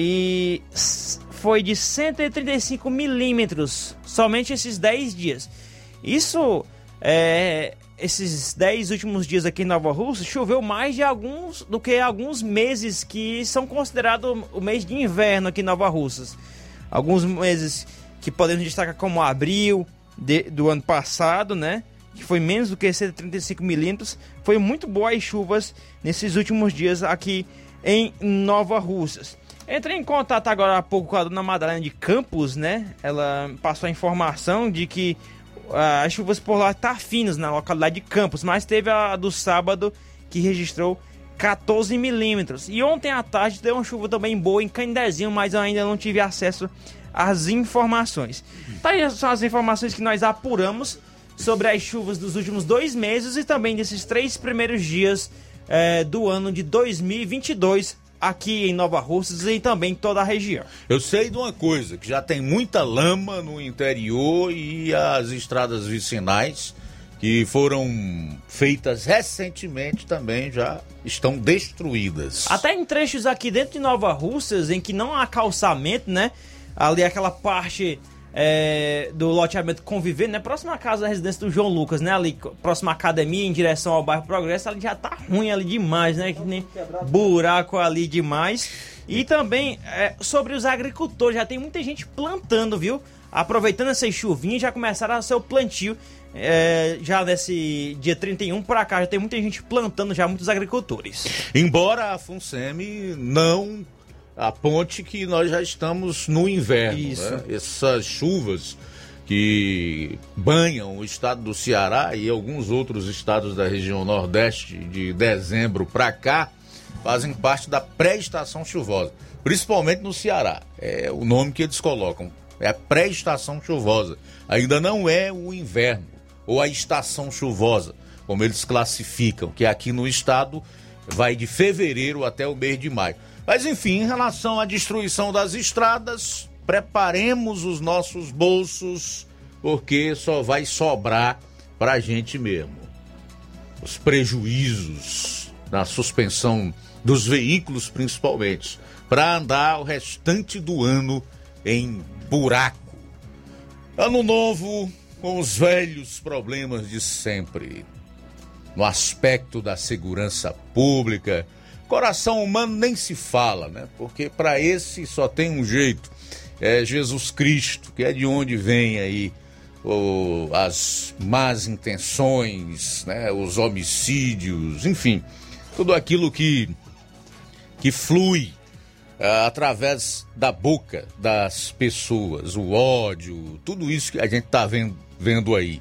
e foi de cento e trinta e cinco milímetros somente esses dez dias. Isso, é, esses dez últimos dias aqui em Nova Russas, choveu mais de alguns do que alguns meses que são considerados o mês de inverno aqui em Nova Russas. Alguns meses que podemos destacar como abril de, do ano passado, né? Que foi menos do que cento e trinta e cinco milímetros. Foi muito boas as chuvas nesses últimos dias aqui em Nova Russas. Entrei em contato agora há pouco com a dona Madalena de Campos, né? Ela passou a informação de que uh, as chuvas por lá estão finas na localidade de Campos, mas teve a do sábado que registrou catorze milímetros. E ontem à tarde deu uma chuva também boa em Candezinho, mas eu ainda não tive acesso às informações. Tá aí são as informações que nós apuramos sobre as chuvas dos últimos dois meses e também desses três primeiros dias eh, do ano de dois mil e vinte e dois aqui em Nova Russas e também em toda a região. Eu sei de uma coisa, que já tem muita lama no interior e as estradas vicinais que foram feitas recentemente também já estão destruídas. Até em trechos aqui dentro de Nova Russas, em que não há calçamento, né? Ali aquela parte é, do loteamento Conviver, né? Próximo à casa da residência do João Lucas, né? Ali próximo à academia, em direção ao bairro Progresso, ali já tá ruim ali demais, né? Que nem buraco ali demais. E também é, sobre os agricultores, já tem muita gente plantando, viu? Aproveitando essas chuvinhas, já começaram a seu plantio. É, já nesse dia trinta e um pra cá, já tem muita gente plantando, já muitos agricultores. Embora a FUNSEMI não aponte que nós já estamos no inverno, Isso. Né? Essas chuvas que banham o estado do Ceará e alguns outros estados da região nordeste de dezembro pra cá fazem parte da pré-estação chuvosa, principalmente no Ceará. É o nome que eles colocam, é a pré-estação chuvosa. Ainda não é o inverno ou a estação chuvosa, como eles classificam, que aqui no estado vai de fevereiro até o mês de maio. Mas enfim, em relação à destruição das estradas, preparemos os nossos bolsos, porque só vai sobrar pra gente mesmo. Os prejuízos na suspensão dos veículos, principalmente, para andar o restante do ano em buraco. Ano novo com os velhos problemas de sempre. No aspecto da segurança pública, coração humano nem se fala, né? Porque para esse só tem um jeito, é Jesus Cristo, que é de onde vem aí o, as más intenções, né? Os homicídios, enfim, tudo aquilo que, que flui uh, através da boca das pessoas, o ódio, tudo isso que a gente está vendo, vendo aí.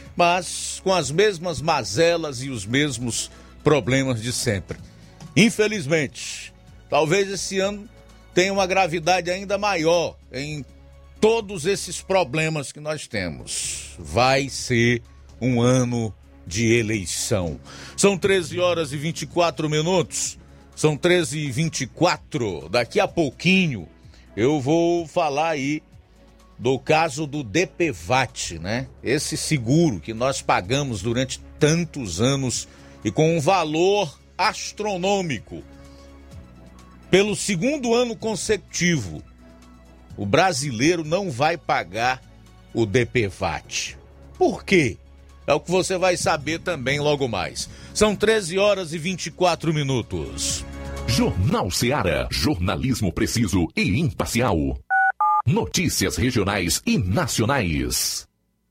Mas com as mesmas mazelas e os mesmos problemas de sempre. Infelizmente, talvez esse ano tenha uma gravidade ainda maior em todos esses problemas que nós temos. Vai ser um ano de eleição. São treze horas e vinte e quatro minutos. São treze e vinte e quatro. Daqui a pouquinho eu vou falar aí do caso do D P V A T, né? Esse seguro que nós pagamos durante tantos anos e com um valor astronômico. Pelo segundo ano consecutivo, o brasileiro não vai pagar o D P V A T. Por quê? É o que você vai saber também logo mais. São treze horas e vinte e quatro minutos. Jornal Ceará. Jornalismo preciso e imparcial. Notícias regionais e nacionais.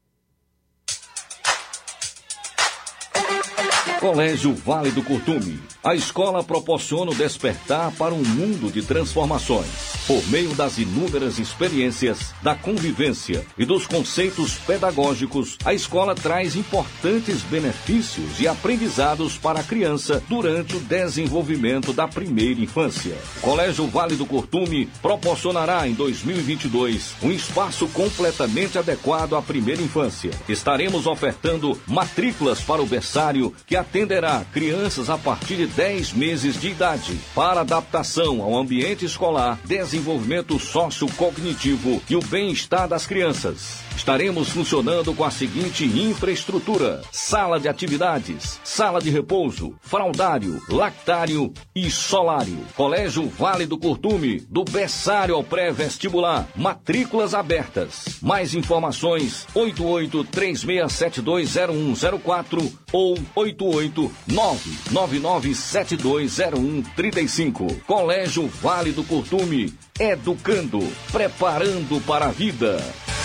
Colégio Vale do Curtume. A escola proporciona o despertar para um mundo de transformações. Por meio das inúmeras experiências, da convivência e dos conceitos pedagógicos, a escola traz importantes benefícios e aprendizados para a criança durante o desenvolvimento da primeira infância. O Colégio Vale do Curtume proporcionará em dois mil e vinte e dois um espaço completamente adequado à primeira infância. Estaremos ofertando matrículas para o berçário que atenderá crianças a partir de dez meses de idade, para adaptação ao ambiente escolar, desenvolvimento sociocognitivo e o bem-estar das crianças. Estaremos funcionando com a seguinte infraestrutura: sala de atividades, sala de repouso, fraldário, lactário e solário. Colégio Vale do Curtume, do berçário ao pré-vestibular, matrículas abertas. Mais informações: oito oito três seis sete dois zero um zero quatro ou oito oito nove nove nove sete dois zero um três cinco. Colégio Vale do Curtume, educando, preparando para a vida.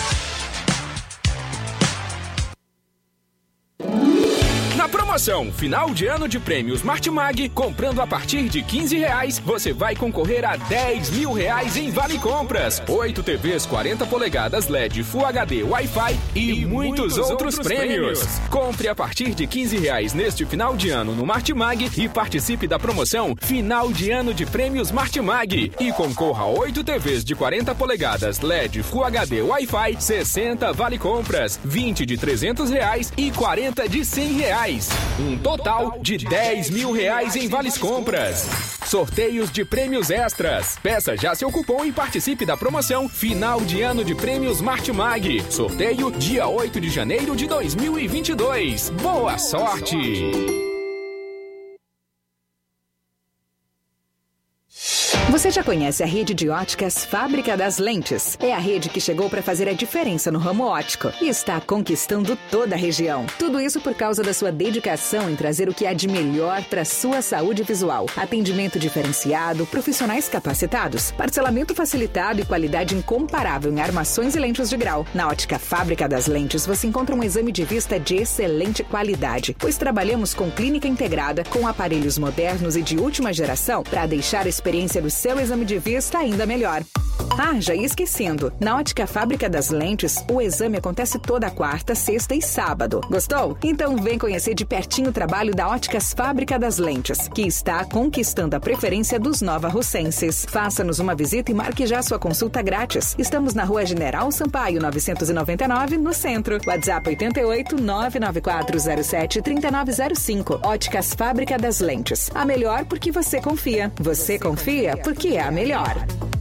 Na promoção final de ano de prêmios Martimag, comprando a partir de quinze reais, você vai concorrer a dez mil reais em Vale Compras, oito T Vs quarenta polegadas L E D Full H D Wi-Fi e, e muitos, muitos outros, outros prêmios. prêmios. Compre a partir de quinze reais neste final de ano no Martimag e participe da promoção final de ano de prêmios Martimag e concorra a oito T Vs de quarenta polegadas L E D Full H D Wi-Fi, sessenta Vale Compras, vinte de trezentos reais e quarenta de cem reais. Um total de dez mil reais em vales compras. Sorteios de prêmios extras. Peça já seu cupom e participe da promoção final de ano de prêmios Martimag. Sorteio dia oito de janeiro de dois mil e vinte e dois. Boa sorte! Você já conhece a rede de óticas Fábrica das Lentes? É a rede que chegou para fazer a diferença no ramo óptico e está conquistando toda a região. Tudo isso por causa da sua dedicação em trazer o que há de melhor para sua saúde visual. Atendimento diferenciado, profissionais capacitados, parcelamento facilitado e qualidade incomparável em armações e lentes de grau. Na ótica Fábrica das Lentes você encontra um exame de vista de excelente qualidade, pois trabalhamos com clínica integrada, com aparelhos modernos e de última geração para deixar a experiência do seu exame de vista ainda melhor. Ah, já ia esquecendo. Na ótica Fábrica das Lentes, o exame acontece toda quarta, sexta e sábado. Gostou? Então vem conhecer de pertinho o trabalho da Óticas Fábrica das Lentes, que está conquistando a preferência dos nova-russenses. Faça-nos uma visita e marque já sua consulta grátis. Estamos na Rua General Sampaio, novecentos e noventa e nove, no centro. WhatsApp oito oito nove nove quatro zero sete três nove zero cinco. Óticas Fábrica das Lentes. A melhor porque você confia. Você confia porque é a melhor.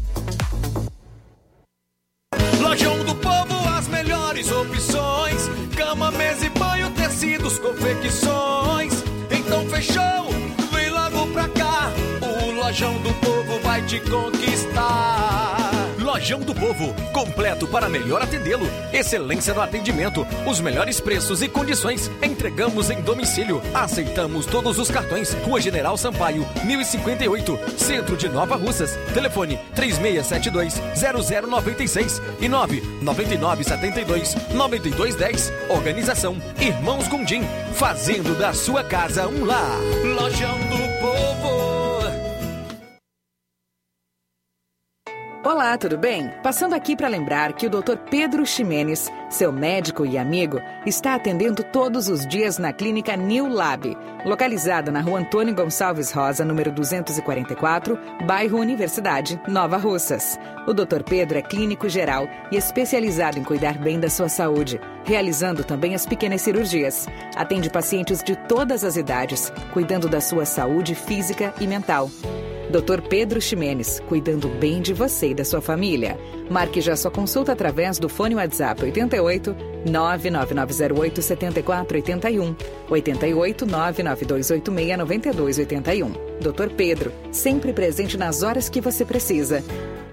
Lojão do Povo, as melhores opções: cama, mesa e banho, tecidos, confecções. Então fechou, vem logo pra cá. O Lojão do Povo vai te conquistar. Lojão do Povo, completo para melhor atendê-lo. Excelência no atendimento, os melhores preços e condições. Entregamos em domicílio. Aceitamos todos os cartões. Rua General Sampaio, mil e cinquenta e oito, Centro de Nova Russas. Telefone três seis sete dois zero zero nove seis e nove nove nove sete dois nove dois um zero. Organização Irmãos Gondim, fazendo da sua casa um lar. Lojão do Povo. Olá, tudo bem? Passando aqui para lembrar que o doutor Pedro Ximenes, seu médico e amigo, está atendendo todos os dias na clínica New Lab, localizada na rua Antônio Gonçalves Rosa, número duzentos e quarenta e quatro, bairro Universidade, Nova Russas. O doutor Pedro é clínico geral e especializado em cuidar bem da sua saúde, realizando também as pequenas cirurgias. Atende pacientes de todas as idades, cuidando da sua saúde física e mental. doutor Pedro Ximenes, cuidando bem de você e da sua família. Marque já sua consulta através do fone WhatsApp oitenta e oito, nove nove nove zero oito, sete quatro oito um, oitenta e oito, nove nove dois oito seis, nove dois oito um. doutor Pedro, sempre presente nas horas que você precisa.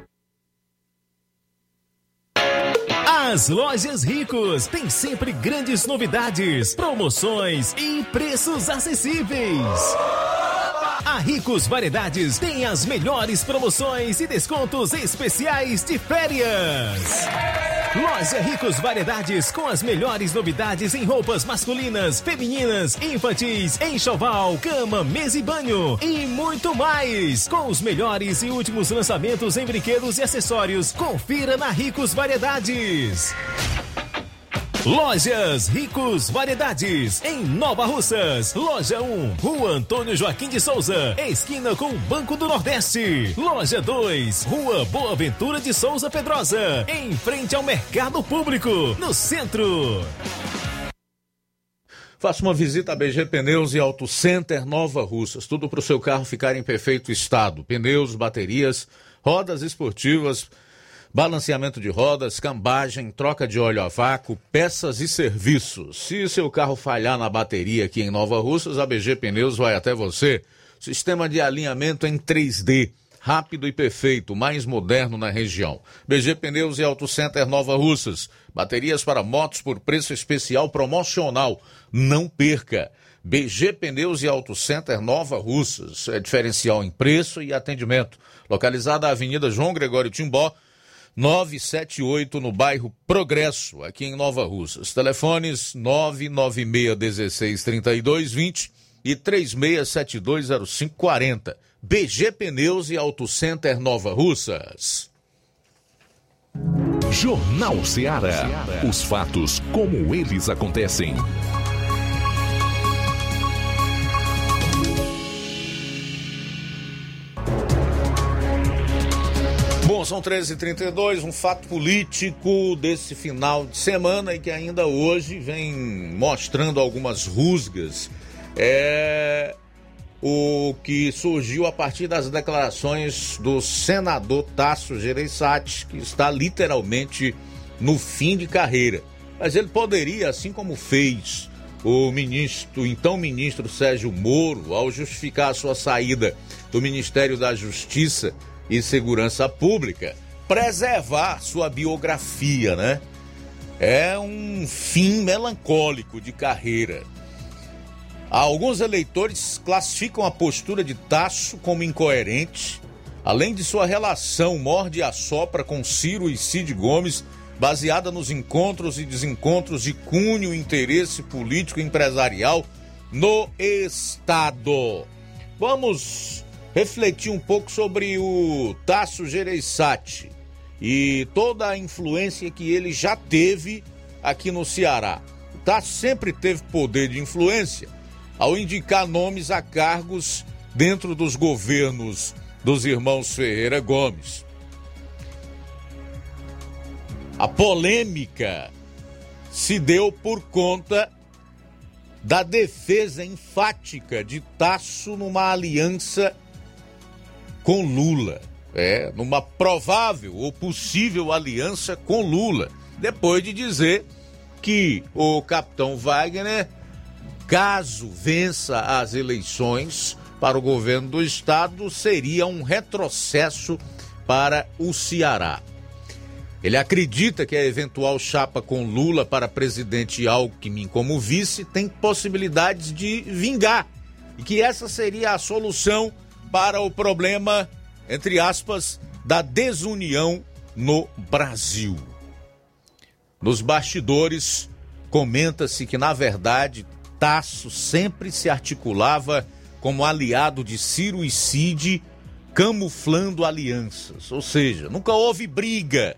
As Lojas Ricos têm sempre grandes novidades, promoções e preços acessíveis. A Ricos Variedades tem as melhores promoções e descontos especiais de férias. Loja Ricos Variedades com as melhores novidades em roupas masculinas, femininas, infantis, enxoval, cama, mesa e banho e muito mais. Com os melhores e últimos lançamentos em brinquedos e acessórios, confira na Ricos Variedades. Lojas Ricos Variedades, em Nova Russas. Loja um, Rua Antônio Joaquim de Souza, esquina com o Banco do Nordeste. Loja dois, Rua Boa Ventura de Souza Pedrosa, em frente ao Mercado Público, no centro. Faça uma visita a B G Pneus e Auto Center Nova Russas. Tudo para o seu carro ficar em perfeito estado. Pneus, baterias, rodas esportivas, balanceamento de rodas, cambagem, troca de óleo a vácuo, peças e serviços. Se seu carro falhar na bateria aqui em Nova Russas, a B G Pneus vai até você. Sistema de alinhamento em três D, rápido e perfeito, mais moderno na região. B G Pneus e Auto Center Nova Russas. Baterias para motos por preço especial promocional. Não perca! B G Pneus e Auto Center Nova Russas. É diferencial em preço e atendimento. Localizada na Avenida João Gregório Timbó, novecentos e setenta e oito, no bairro Progresso, aqui em Nova Russas. Telefones nove nove seis um seis, três dois dois zero e três seis sete dois zero cinco quatro zero. B G Pneus e Auto Center Nova Russas. Jornal Ceará. Os fatos como eles acontecem. Bom, são treze e trinta e dois, um fato político desse final de semana e que ainda hoje vem mostrando algumas rusgas. É o que surgiu a partir das declarações do senador Tasso Gereissati, que está literalmente no fim de carreira. Mas ele poderia, assim como fez o ministro, então ministro Sérgio Moro, ao justificar a sua saída do Ministério da Justiça e Segurança Pública, preservar sua biografia, né? É um fim melancólico de carreira. Alguns eleitores classificam a postura de Tasso como incoerente, além de sua relação morde-a-sopra com Ciro e Cid Gomes, baseada nos encontros e desencontros de cunho e interesse político e empresarial no Estado. Vamos refletir um pouco sobre o Tasso Gereissati e toda a influência que ele já teve aqui no Ceará. O Tasso sempre teve poder de influência ao indicar nomes a cargos dentro dos governos dos irmãos Ferreira Gomes. A polêmica se deu por conta da defesa enfática de Tasso numa aliança com Lula, é, numa provável ou possível aliança com Lula, depois de dizer que o capitão Wagner, caso vença as eleições para o governo do estado, seria um retrocesso para o Ceará. Ele acredita que a eventual chapa com Lula para presidente e Alckmin como vice tem possibilidades de vingar e que essa seria a solução para o problema, entre aspas, da desunião no Brasil. Nos bastidores, comenta-se que, na verdade, Tasso sempre se articulava como aliado de Ciro e Cid camuflando alianças. Ou seja, nunca houve briga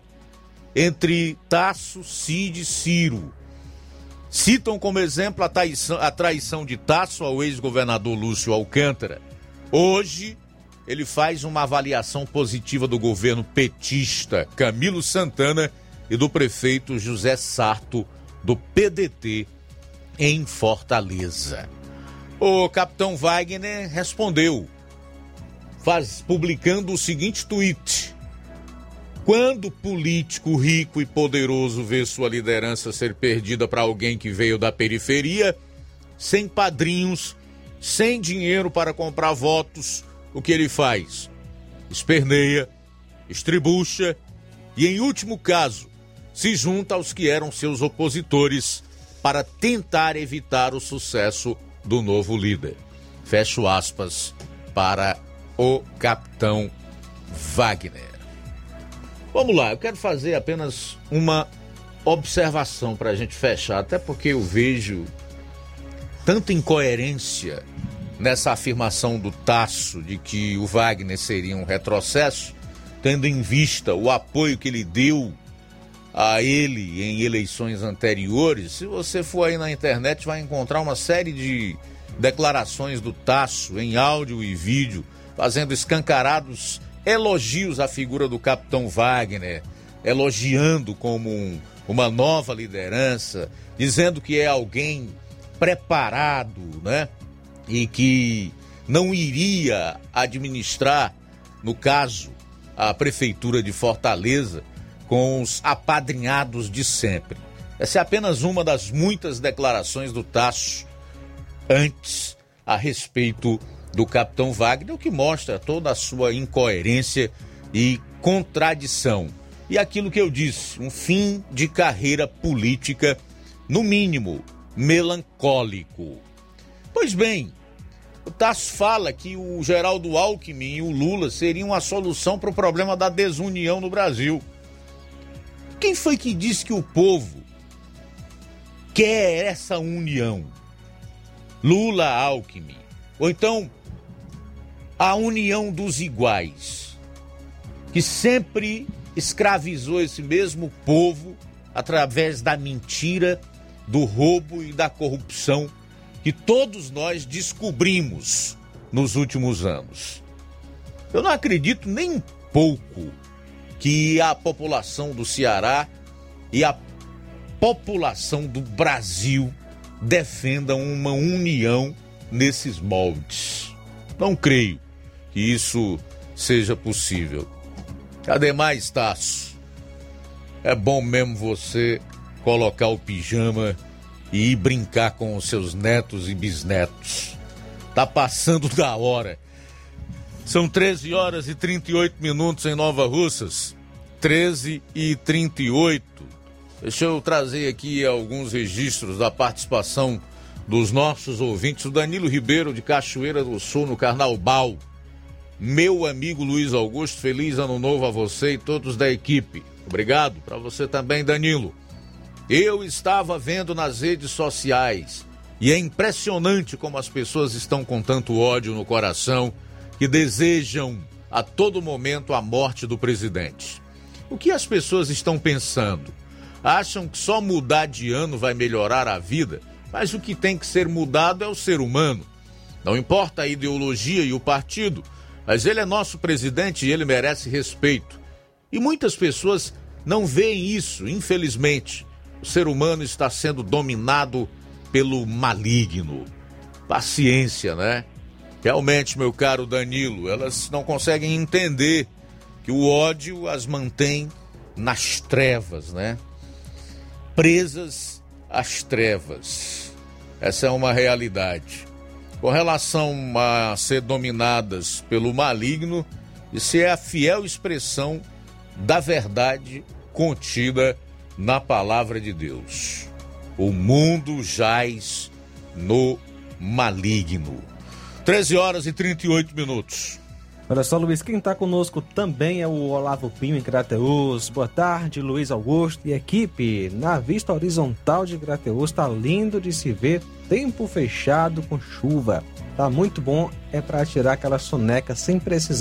entre Tasso, Cid e Ciro. Citam como exemplo a traição, a traição de Tasso ao ex-governador Lúcio Alcântara. Hoje, ele faz uma avaliação positiva do governo petista Camilo Santana e do prefeito José Sarto, do P D T, em Fortaleza. O capitão Wagner respondeu, faz, publicando o seguinte tweet: quando político rico e poderoso vê sua liderança ser perdida para alguém que veio da periferia, sem padrinhos, sem dinheiro para comprar votos, o que ele faz? Esperneia, estribucha e, em último caso, se junta aos que eram seus opositores para tentar evitar o sucesso do novo líder. Fecho aspas para o capitão Wagner. Vamos lá, eu quero fazer apenas uma observação para a gente fechar, até porque eu vejo tanta incoerência nessa afirmação do Tasso de que o Wagner seria um retrocesso, tendo em vista o apoio que ele deu a ele em eleições anteriores. Se você for aí na internet, vai encontrar uma série de declarações do Tasso em áudio e vídeo, fazendo escancarados elogios à figura do capitão Wagner, elogiando como um, uma nova liderança, dizendo que é alguém preparado, né? E que não iria administrar, no caso, a prefeitura de Fortaleza com os apadrinhados de sempre. Essa é apenas uma das muitas declarações do Tasso antes a respeito do capitão Wagner, o que mostra toda a sua incoerência e contradição. E aquilo que eu disse, um fim de carreira política, no mínimo, melancólico. Pois bem, o Tasso fala que o Geraldo Alckmin e o Lula seriam a solução para o problema da desunião no Brasil. Quem foi que disse que o povo quer essa união? Lula, Alckmin. Ou então, a união dos iguais, que sempre escravizou esse mesmo povo através da mentira, do roubo e da corrupção que todos nós descobrimos nos últimos anos. Eu não acredito nem um pouco que a população do Ceará e a população do Brasil defendam uma união nesses moldes. Não creio que isso seja possível. Ademais, Tasso, é bom mesmo você colocar o pijama e ir brincar com os seus netos e bisnetos. Tá passando da hora. São treze horas e trinta e oito minutos em Nova Russas. treze e trinta e oito. Deixa eu trazer aqui alguns registros da participação dos nossos ouvintes. O Danilo Ribeiro, de Cachoeira do Sul, no Carnaubal. Meu amigo Luiz Augusto, feliz ano novo a você e todos da equipe. Obrigado. Para você também, Danilo. Eu estava vendo nas redes sociais e é impressionante como as pessoas estão com tanto ódio no coração que desejam a todo momento a morte do presidente. O que as pessoas estão pensando? Acham que só mudar de ano vai melhorar a vida? Mas o que tem que ser mudado é o ser humano. Não importa a ideologia e o partido, mas ele é nosso presidente e ele merece respeito. E muitas pessoas não veem isso, infelizmente. O ser humano está sendo dominado pelo maligno. Paciência, né? Realmente, meu caro Danilo, elas não conseguem entender que o ódio as mantém nas trevas, né? Presas às trevas. Essa é uma realidade. Com relação a ser dominadas pelo maligno, isso é a fiel expressão da verdade contida na palavra de Deus. O mundo jaz no maligno. treze horas e trinta e oito minutos. Olha só, Luiz, quem está conosco também é o Olavo Pinho, em Crateús. Boa tarde, Luiz Augusto e equipe. Na vista horizontal de Crateús está lindo de se ver, tempo fechado com chuva. Tá muito bom, é para tirar aquela soneca sem precisar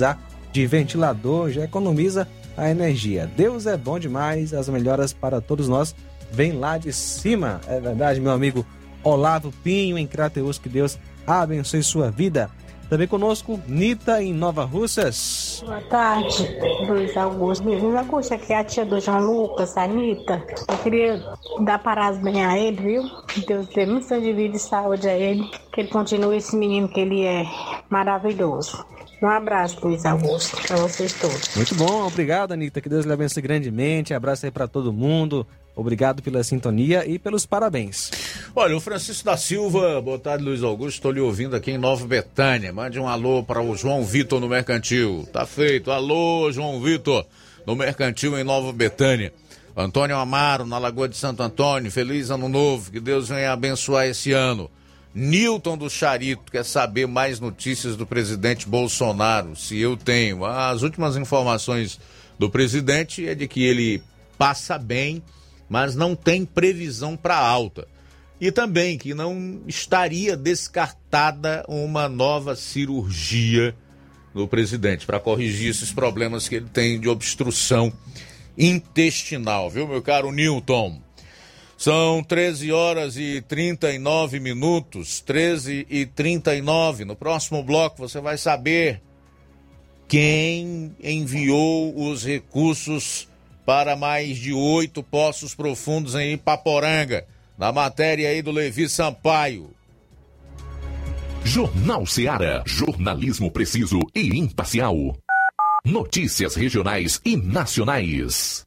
de ventilador, já economiza a energia. Deus é bom demais, as melhoras para todos nós vem lá de cima. É verdade, meu amigo Olavo Pinho, em Crateús, que Deus abençoe sua vida. Também conosco, Nita, em Nova Russas. Boa tarde, Luiz Augusto. Luiz Augusto, aqui é a tia do João Lucas, a Nita. Eu queria dar parabéns a ele, viu? Que Deus dê muita de vida e saúde a ele. Que ele continue esse menino, que ele é maravilhoso. Um abraço, Luiz Augusto, para vocês todos. Muito bom, obrigado, Anitta. Que Deus lhe abençoe grandemente. Abraço aí para todo mundo. Obrigado pela sintonia e pelos parabéns. Olha, o Francisco da Silva, boa tarde, Luiz Augusto. Estou lhe ouvindo aqui em Nova Betânia. Mande um alô para o João Vitor no Mercantil. Tá feito. Alô, João Vitor, no Mercantil em Nova Betânia. Antônio Amaro, na Lagoa de Santo Antônio. Feliz ano novo. Que Deus venha abençoar esse ano. Nilton do Charito quer saber mais notícias do presidente Bolsonaro, se eu tenho. As últimas informações do presidente é de que ele passa bem, mas não tem previsão para alta. E também que não estaria descartada uma nova cirurgia no presidente para corrigir esses problemas que ele tem de obstrução intestinal, viu, meu caro Nilton? São treze horas e trinta e nove minutos, treze e trinta e nove. No próximo bloco você vai saber quem enviou os recursos para mais de oito poços profundos em Ipaporanga. Na matéria aí do Levi Sampaio. Jornal Ceará, jornalismo preciso e imparcial. Notícias regionais e nacionais.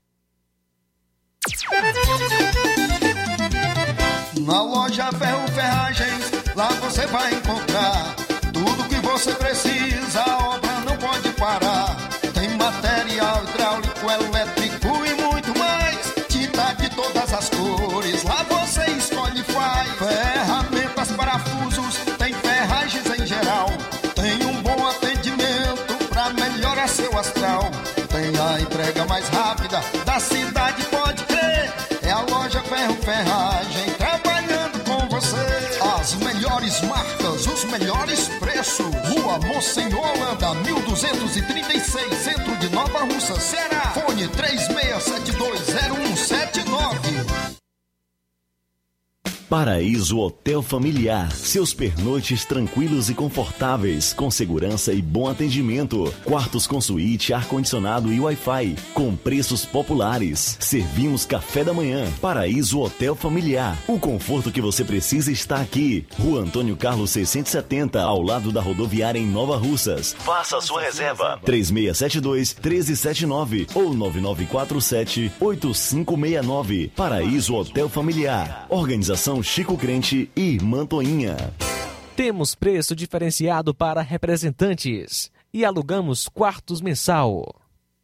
Na loja Ferro Ferragens, lá você vai encontrar tudo que você precisa, a obra não pode parar. Tem material hidráulico, elétrico e muito mais, tinta de todas as cores, lá você escolhe e faz. Ferramentas, parafusos, tem ferragens em geral, tem um bom atendimento pra melhorar seu astral. Tem a entrega mais rápida da cidade, pode crer, é a loja Ferro Ferragem. As melhores marcas, os melhores preços. Rua Monsenhor Holanda, mil duzentos e trinta e seis, centro de Nova Russa, Ceará. Fone três seis sete dois zero um sete nove. Paraíso Hotel Familiar. Seus pernoites tranquilos e confortáveis, com segurança e bom atendimento. Quartos com suíte, ar-condicionado e Wi-Fi, com preços populares. Servimos café da manhã. Paraíso Hotel Familiar. O conforto que você precisa está aqui. Rua Antônio Carlos seiscentos e setenta, ao lado da rodoviária em Nova Russas. Faça a sua reserva. três seis sete dois, um três sete nove ou nove nove quatro sete, oito cinco seis nove. Paraíso Hotel Familiar. Organização Chico Crente e Mantoinha. Temos preço diferenciado para representantes e alugamos quartos mensal.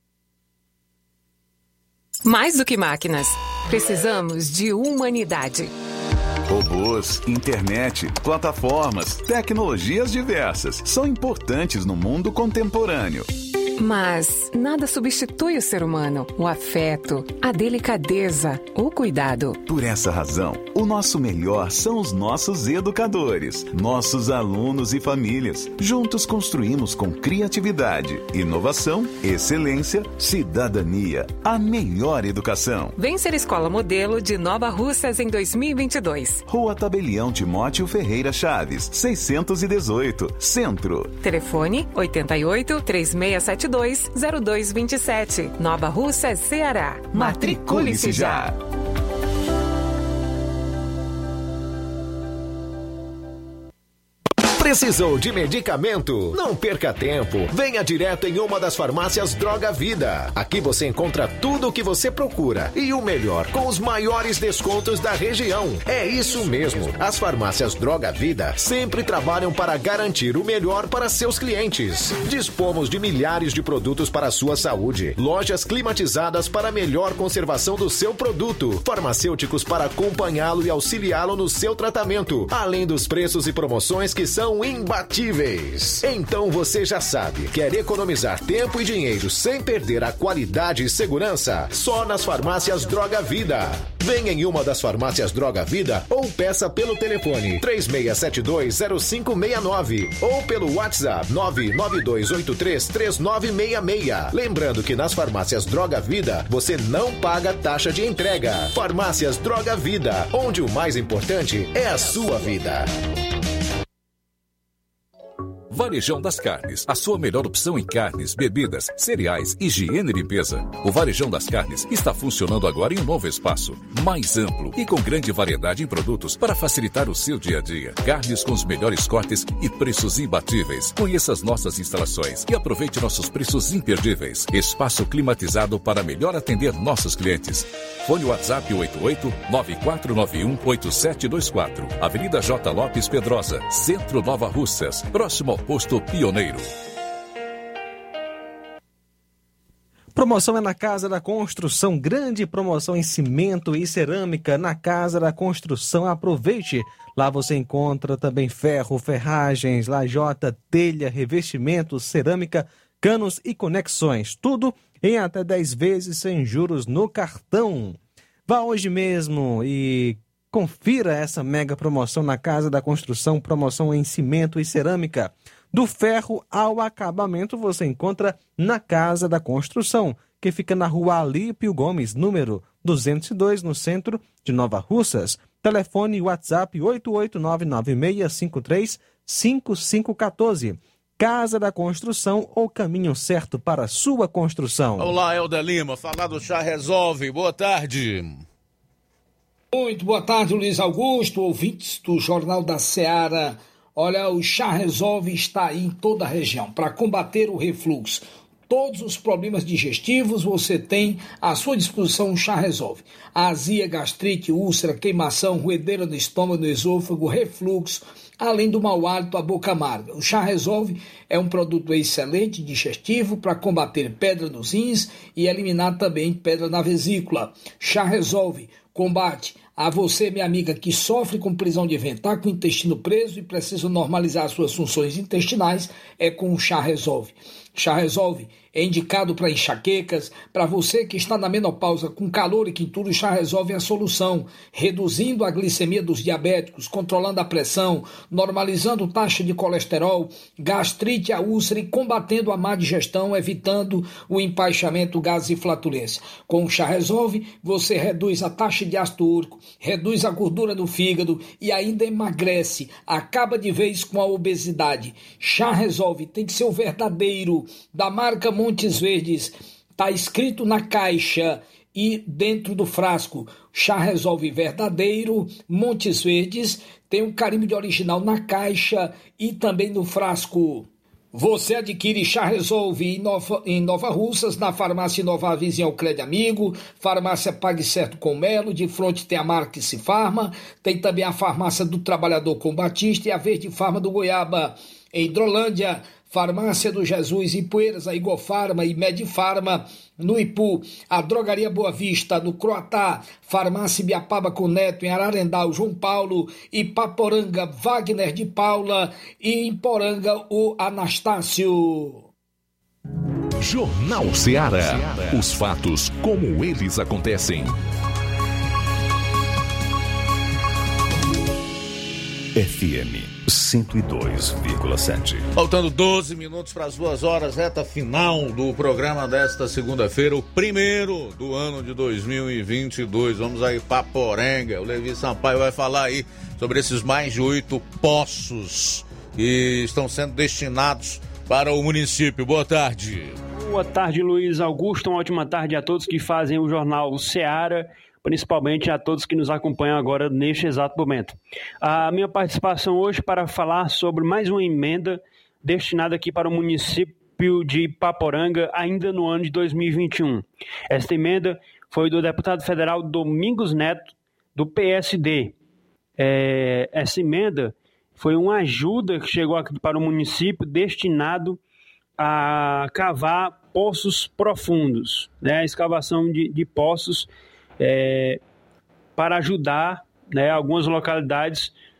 Mais do que máquinas, precisamos de humanidade. Robôs, internet, plataformas, tecnologias diversas são importantes no mundo contemporâneo. Mas nada substitui o ser humano, o afeto, a delicadeza, o cuidado. Por essa razão, o nosso melhor são os nossos educadores, nossos alunos e famílias. Juntos construímos com criatividade, inovação, excelência, cidadania, a melhor educação. Vem ser Escola Modelo de Nova Russas em dois mil e vinte e dois. Rua Tabelião Timóteo Ferreira Chaves, seiscentos e dezoito, Centro. Telefone oito oito, três seis sete dois, zero dois dois sete. Nova Russas, Ceará. Matricule-se já. Precisou de medicamento? Não perca tempo. Venha direto em uma das farmácias Droga Vida. Aqui você encontra tudo o que você procura e o melhor, com os maiores descontos da região. É isso mesmo. As farmácias Droga Vida sempre trabalham para garantir o melhor para seus clientes. Dispomos de milhares de produtos para a sua saúde. Lojas climatizadas para a melhor conservação do seu produto. Farmacêuticos para acompanhá-lo e auxiliá-lo no seu tratamento. Além dos preços e promoções que são são imbatíveis. Então você já sabe, quer economizar tempo e dinheiro sem perder a qualidade e segurança? Só nas farmácias Droga Vida. Venha em uma das farmácias Droga Vida ou peça pelo telefone três seis sete dois zero cinco seis nove ou pelo WhatsApp nove nove dois oito três três nove seis seis. Lembrando que nas farmácias Droga Vida você não paga taxa de entrega. Farmácias Droga Vida, onde o mais importante é a sua vida. Varejão das Carnes, a sua melhor opção em carnes, bebidas, cereais, higiene e limpeza. O Varejão das Carnes está funcionando agora em um novo espaço, mais amplo e com grande variedade em produtos para facilitar o seu dia a dia. Carnes com os melhores cortes e preços imbatíveis. Conheça as nossas instalações e aproveite nossos preços imperdíveis. Espaço climatizado para melhor atender nossos clientes. Fone WhatsApp oito oito nove quatro nove um oito sete dois quatro. Avenida J. Lopes Pedrosa, Centro Nova Russas, próximo ao Posto Pioneiro. Promoção é na Casa da Construção, grande promoção em cimento e cerâmica na Casa da Construção. Aproveite, lá você encontra também ferro, ferragens, lajota, telha, revestimento, cerâmica, canos e conexões, tudo em até dez vezes sem juros no cartão. Vá hoje mesmo e confira essa mega promoção na Casa da Construção, promoção em cimento e cerâmica. Do ferro ao acabamento você encontra na Casa da Construção, que fica na rua Alípio Gomes, número duzentos e dois, no centro de Nova Russas. Telefone WhatsApp oito oito nove nove seis cinco três cinco cinco um quatro. Casa da Construção, o caminho certo para a sua construção. Olá, Helder Lima, falar do Chá Resolve. Boa tarde. Muito boa tarde, Luiz Augusto, ouvintes do Jornal da Seara. Olha, o Chá Resolve está aí em toda a região para combater o refluxo. Todos os problemas digestivos você tem à sua disposição o Chá Resolve. Azia, gastrite, úlcera, queimação, roedeira no estômago, no esôfago, refluxo, além do mau hálito, a boca amarga. O Chá Resolve é um produto excelente digestivo para combater pedra nos rins e eliminar também pedra na vesícula. Chá Resolve combate a você, minha amiga, que sofre com prisão de ventre, está com o intestino preso e precisa normalizar suas funções intestinais, é com o Chá Resolve. Chá Resolve é indicado para enxaquecas, para você que está na menopausa com calor e quintura, o Chá Resolve é a solução, reduzindo a glicemia dos diabéticos, controlando a pressão, normalizando a taxa de colesterol, gastrite, a úlcera e combatendo a má digestão, evitando o empaixamento, gases e flatulência. Com o Chá Resolve, você reduz a taxa de ácido úrico, reduz a gordura do fígado e ainda emagrece, acaba de vez com a obesidade. Chá Resolve tem que ser o verdadeiro, da marca Montes Verdes, está escrito na caixa e dentro do frasco. Chá Resolve verdadeiro, Montes Verdes, tem um carimbo de original na caixa e também no frasco. Você adquire Chá Resolve em Nova, em Nova Russas, na farmácia Nova Vizinha ao Crédito Amigo, farmácia Pague Certo com Melo, de frente tem a Marques Farma, tem também a farmácia do Trabalhador com Batista e a Verde Farma do Goiaba. Em Hidrolândia, Farmácia do Jesus, Ipueiras, a Igofarma e Medifarma, no Ipu, a Drogaria Boa Vista, no Croatá, Farmácia Ibiapaba com Neto, em Ararendá, João Paulo, e Paporanga, Wagner de Paula, e em Poranga, o Anastácio. Jornal Seara. Os fatos como eles acontecem. F M cento e dois vírgula sete. Faltando doze minutos para as duas horas, reta final do programa desta segunda-feira, o primeiro do ano de dois mil e vinte e dois. Vamos aí para Poranga. O Levi Sampaio vai falar aí sobre esses mais de oito poços que estão sendo destinados para o município. Boa tarde. Boa tarde, Luiz Augusto. Uma ótima tarde a todos que fazem o Jornal Seara, principalmente a todos que nos acompanham agora neste exato momento. A minha participação hoje para falar sobre mais uma emenda destinada aqui para o município de Ipaporanga, ainda no ano de dois mil e vinte e um. Esta emenda foi do deputado federal Domingos Neto, do P S D. É, essa emenda foi uma ajuda que chegou aqui para o município destinado a cavar poços profundos, né? A escavação de, de poços É, para ajudar, né, algumas localidades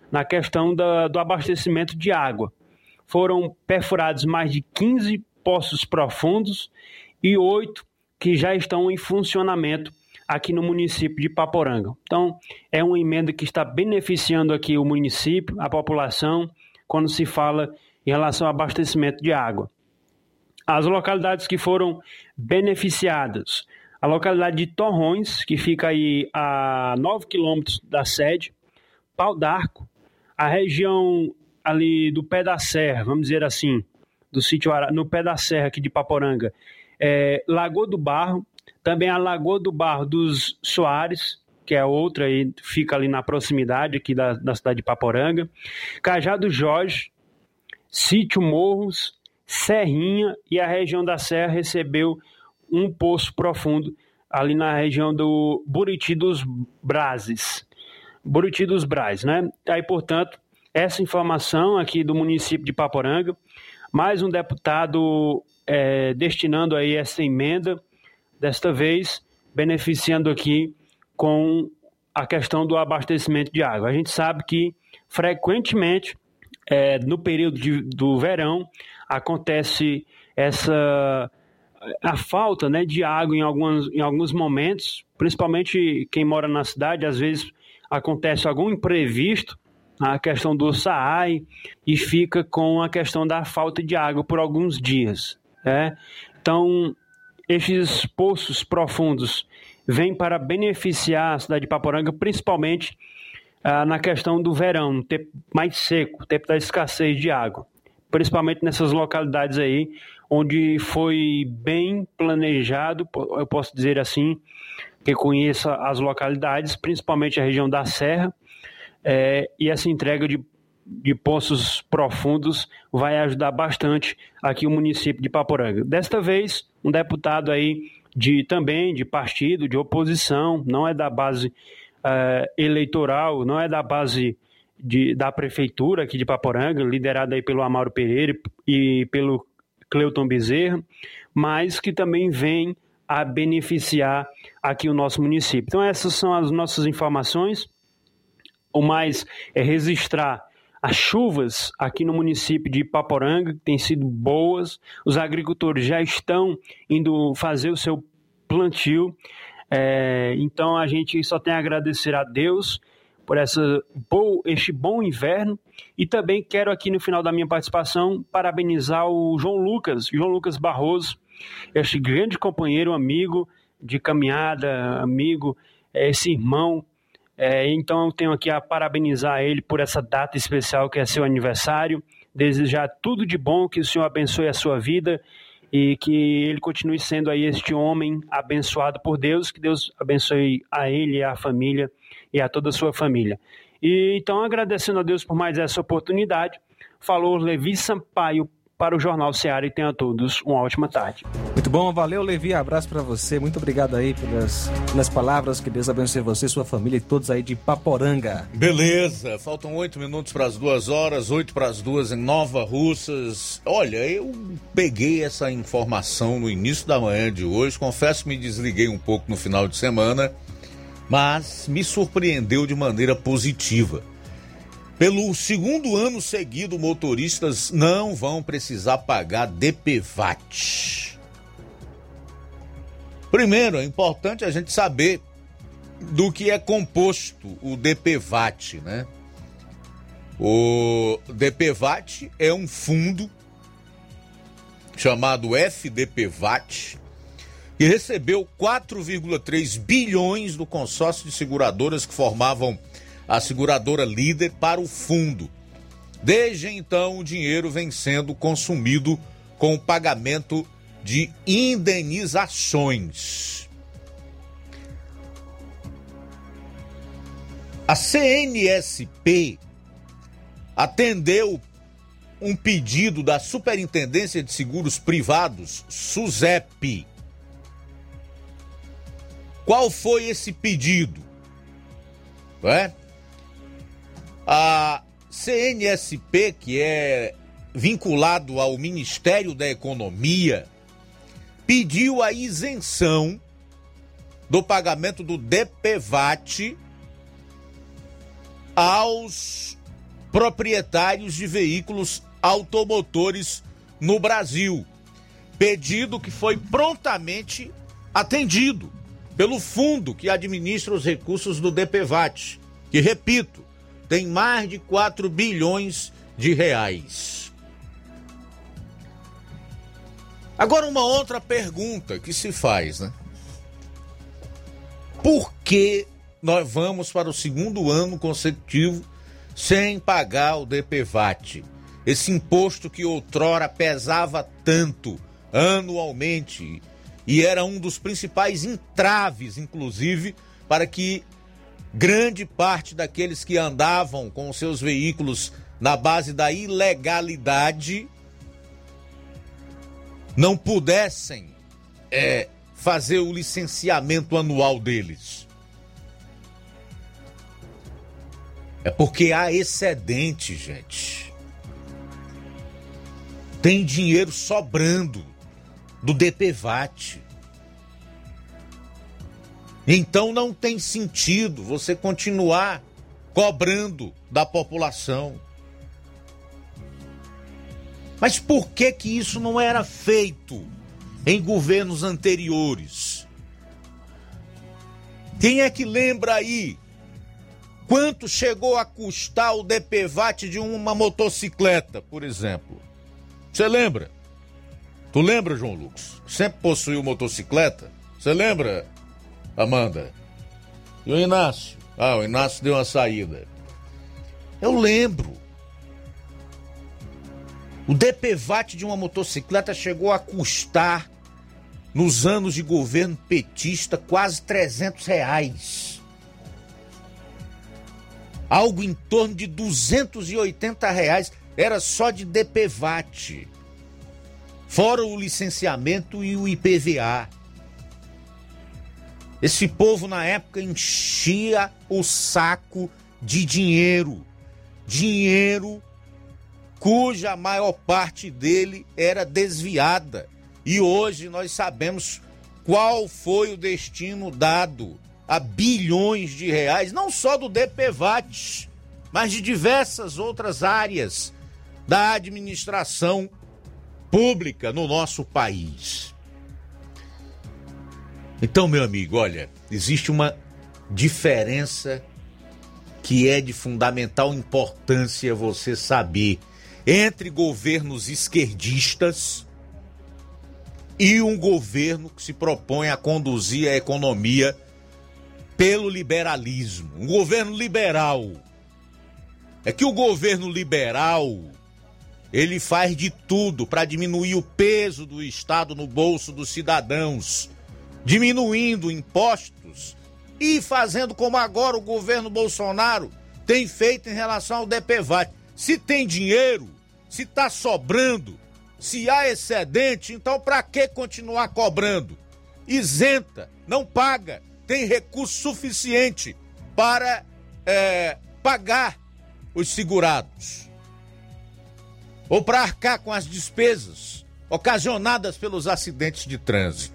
na questão da, do abastecimento de água. Foram perfurados mais de quinze poços profundos e oito que já estão em funcionamento aqui no município de Ipaporanga. Então, é uma emenda que está beneficiando aqui o município, a população, quando se fala em relação ao abastecimento de água. As localidades que foram beneficiadas: a localidade de Torrões, que fica aí a nove quilômetros da sede, Pau d'Arco, a região ali do pé da serra, vamos dizer assim, do sítio no pé da serra aqui de Ipaporanga, é, Lagoa do Barro, também a Lagoa do Barro dos Soares, que é outra aí, fica ali na proximidade aqui da, da cidade de Ipaporanga, Cajá do Jorge, Sítio Morros, Serrinha, e a região da Serra recebeu um poço profundo ali na região do Buriti dos Brazes. Buriti dos Brazes, né? Aí, portanto, essa informação aqui do município de Ipaporanga, mais um deputado é, destinando aí essa emenda, desta vez beneficiando aqui com a questão do abastecimento de água. A gente sabe que frequentemente, é, no período de, do verão, acontece essa a falta, né, de água em alguns, em alguns momentos, principalmente quem mora na cidade, às vezes acontece algum imprevisto, a questão do SAAI, e fica com a questão da falta de água por alguns dias, né? Então, esses poços profundos vêm para beneficiar a cidade de Ipaporanga, principalmente ah, na questão do verão, no tempo mais seco, tempo da escassez de água, principalmente nessas localidades aí, onde foi bem planejado, eu posso dizer assim, que conheça as localidades, principalmente a região da Serra, é, e essa entrega de, de poços profundos vai ajudar bastante aqui o município de Ipaporanga. Desta vez, um deputado aí de, também de partido, de oposição, não é da base é, eleitoral, não é da base de, da prefeitura aqui de Ipaporanga, liderada aí pelo Amaro Pereira e pelo Cleuton Bezerra, mas que também vem a beneficiar aqui o nosso município. Então essas são as nossas informações. O mais é registrar as chuvas aqui no município de Ipaporanga, que têm sido boas. Os agricultores já estão indo fazer o seu plantio. É, então a gente só tem a agradecer a Deus por essa, por este bom inverno. E também quero aqui no final da minha participação parabenizar o João Lucas, João Lucas Barroso, este grande companheiro, amigo de caminhada, amigo, esse irmão. É, então eu tenho aqui a parabenizar ele por essa data especial que é seu aniversário, desejar tudo de bom, que o Senhor abençoe a sua vida e que ele continue sendo aí este homem abençoado por Deus, que Deus abençoe a ele, a família e a toda a sua família. E então, agradecendo a Deus por mais essa oportunidade, falou Levi Sampaio para o Jornal Seara, e tenham a todos uma ótima tarde. Muito bom, valeu, Levi, abraço para você, muito obrigado aí pelas, pelas palavras, que Deus abençoe você, sua família e todos aí de Ipaporanga. Beleza, faltam oito minutos para as duas horas, oito para as duas em Nova Russas. Olha, eu peguei essa informação no início da manhã de hoje, confesso que me desliguei um pouco no final de semana, mas me surpreendeu de maneira positiva. Pelo segundo ano seguido, motoristas não vão precisar pagar D P V A T. Primeiro, é importante a gente saber do que é composto o D P V A T, né? O D P V A T é um fundo chamado F D P V A T, que recebeu quatro vírgula três bilhões do consórcio de seguradoras que formavam a seguradora líder para o fundo. Desde então, o dinheiro vem sendo consumido com o pagamento de indenizações. A C N S P atendeu um pedido da Superintendência de Seguros Privados, SUSEP. Qual foi esse pedido? É? A C N S P, que é vinculado ao Ministério da Economia, pediu a isenção do pagamento do D P V A T aos proprietários de veículos automotores no Brasil. Pedido que foi prontamente atendido pelo fundo que administra os recursos do D P V A T, que, repito, tem mais de quatro bilhões de reais. Agora, uma outra pergunta que se faz, né? Por que nós vamos para o segundo ano consecutivo sem pagar o D P V A T? Esse imposto que outrora pesava tanto anualmente e era um dos principais entraves, inclusive, para que grande parte daqueles que andavam com seus veículos na base da ilegalidade não pudessem é, fazer o licenciamento anual deles. É porque há excedente, gente. Tem dinheiro sobrando do D P V A T. Então não tem sentido você continuar cobrando da população. Mas por que que isso não era feito em governos anteriores? Quem é que lembra aí quanto chegou a custar o D P V A T de uma motocicleta, por exemplo? Você lembra? Tu lembra, João Lucas? Sempre possuiu motocicleta? Você lembra, Amanda? E o Inácio? Ah, o Inácio deu uma saída. Eu lembro. O D P V A T de uma motocicleta chegou a custar, nos anos de governo petista, quase trezentos reais. Algo em torno de duzentos e oitenta reais era só de D P V A T. Fora o licenciamento e o I P V A. Esse povo na época enchia o saco de dinheiro. Dinheiro cuja maior parte dele era desviada. E hoje nós sabemos qual foi o destino dado a bilhões de reais, não só do D P V A T, mas de diversas outras áreas da administração pública no nosso país. Então, meu amigo, olha, existe uma diferença que é de fundamental importância você saber entre governos esquerdistas e um governo que se propõe a conduzir a economia pelo liberalismo. Um governo liberal. É que o governo liberal, ele faz de tudo para diminuir o peso do Estado no bolso dos cidadãos, diminuindo impostos e fazendo como agora o governo Bolsonaro tem feito em relação ao D P V A T. Se tem dinheiro, se está sobrando, se há excedente, então para que continuar cobrando? Isenta, não paga, tem recurso suficiente para é, pagar os segurados ou para arcar com as despesas ocasionadas pelos acidentes de trânsito.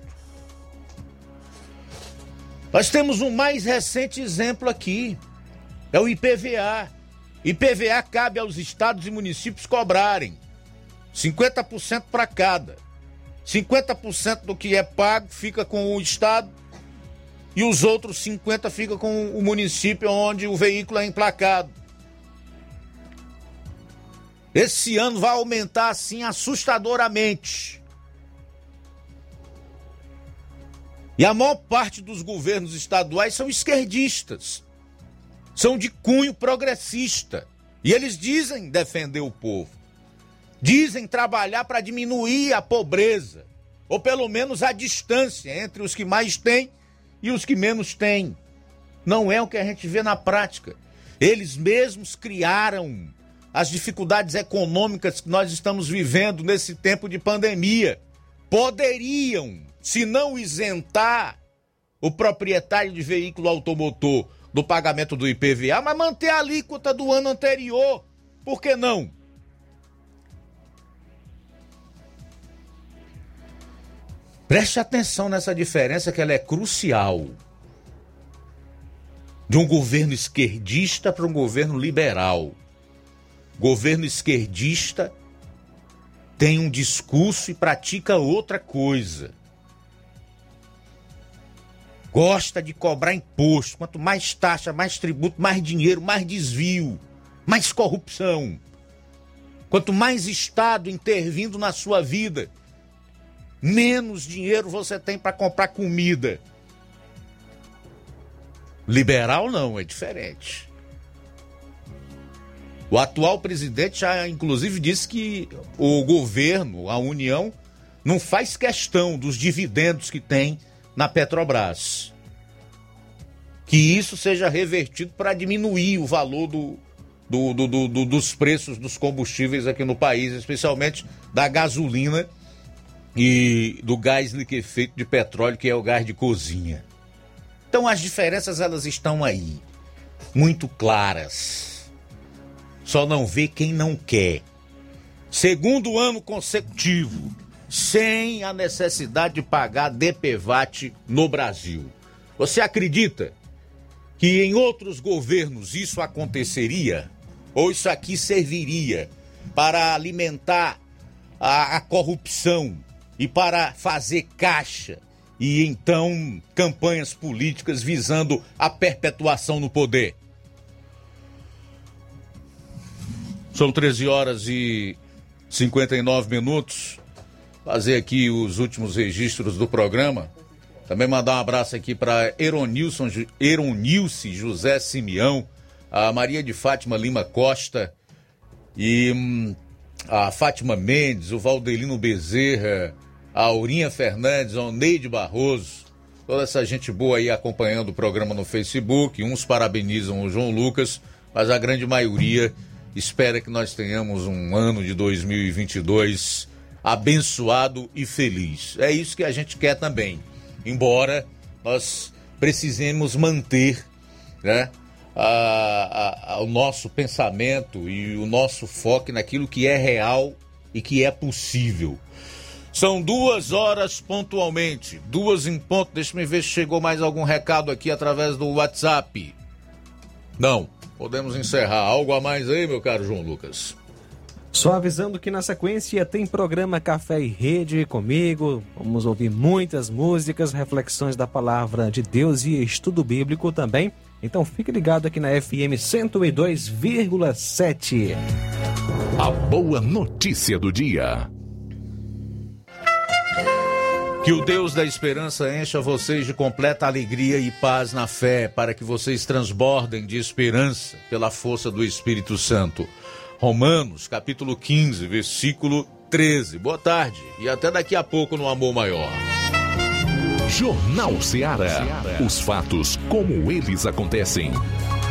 Nós temos um mais recente exemplo aqui, é o I P V A. I P V A cabe aos estados e municípios cobrarem cinquenta por cento para cada. cinquenta por cento do que é pago fica com o estado e os outros cinquenta por cento fica com o município onde o veículo é emplacado. Esse ano vai aumentar assim assustadoramente. E a maior parte dos governos estaduais são esquerdistas. São de cunho progressista. E eles dizem defender o povo. Dizem trabalhar para diminuir a pobreza. Ou pelo menos a distância entre os que mais têm e os que menos têm. Não é o que a gente vê na prática. Eles mesmos criaram as dificuldades econômicas que nós estamos vivendo nesse tempo de pandemia. Poderiam, se não isentar o proprietário de veículo automotor do pagamento do I P V A, mas manter a alíquota do ano anterior. Por que não? Preste atenção nessa diferença, que ela é crucial. De um governo esquerdista para um governo liberal. governo esquerdista tem um discurso e pratica outra coisa. Gosta de cobrar imposto. Quanto mais taxa, mais tributo, mais dinheiro, mais desvio, mais corrupção. Quanto mais Estado intervindo na sua vida, menos dinheiro você tem para comprar comida. Liberal não, é diferente. O atual presidente já, inclusive, disse que o governo, a União, não faz questão dos dividendos que tem na Petrobras. Que isso seja revertido para diminuir o valor do, do, do, do, do, dos preços dos combustíveis aqui no país, especialmente da gasolina e do gás liquefeito de petróleo, que é o gás de cozinha. Então as diferenças, elas estão aí, muito claras. Só não vê quem não quer. Segundo ano consecutivo, sem a necessidade de pagar D P V A T no Brasil. Você acredita que em outros governos isso aconteceria? Ou isso aqui serviria para alimentar a, a corrupção e para fazer caixa e então campanhas políticas visando a perpetuação no poder? São treze horas e cinquenta e nove minutos. Fazer aqui os últimos registros do programa. Também mandar um abraço aqui para Eronilson, Eronilce José Simeão, a Maria de Fátima Lima Costa e hum, a Fátima Mendes, o Valdelino Bezerra, a Aurinha Fernandes, a Neide Barroso, toda essa gente boa aí acompanhando o programa no Facebook. Uns parabenizam o João Lucas, mas a grande maioria espera que nós tenhamos um ano de dois mil e vinte e dois abençoado e feliz. É isso que a gente quer também. Embora nós precisemos manter, né, a, a, a, o nosso pensamento e o nosso foco naquilo que é real e que é possível. São duas horas pontualmente, duas em ponto. Deixa eu ver se chegou mais algum recado aqui através do WhatsApp. Não, podemos encerrar. Algo a mais aí, meu caro João Lucas? Só avisando que na sequência tem programa Café e Rede comigo. Vamos ouvir muitas músicas, reflexões da palavra de Deus e estudo bíblico também. Então fique ligado aqui na F M cento e dois vírgula sete. A boa notícia do dia. Que o Deus da esperança encha vocês de completa alegria e paz na fé, para que vocês transbordem de esperança pela força do Espírito Santo. Romanos, capítulo quinze, versículo treze. Boa tarde e até daqui a pouco no Amor Maior. Jornal Ceará. Os fatos como eles acontecem.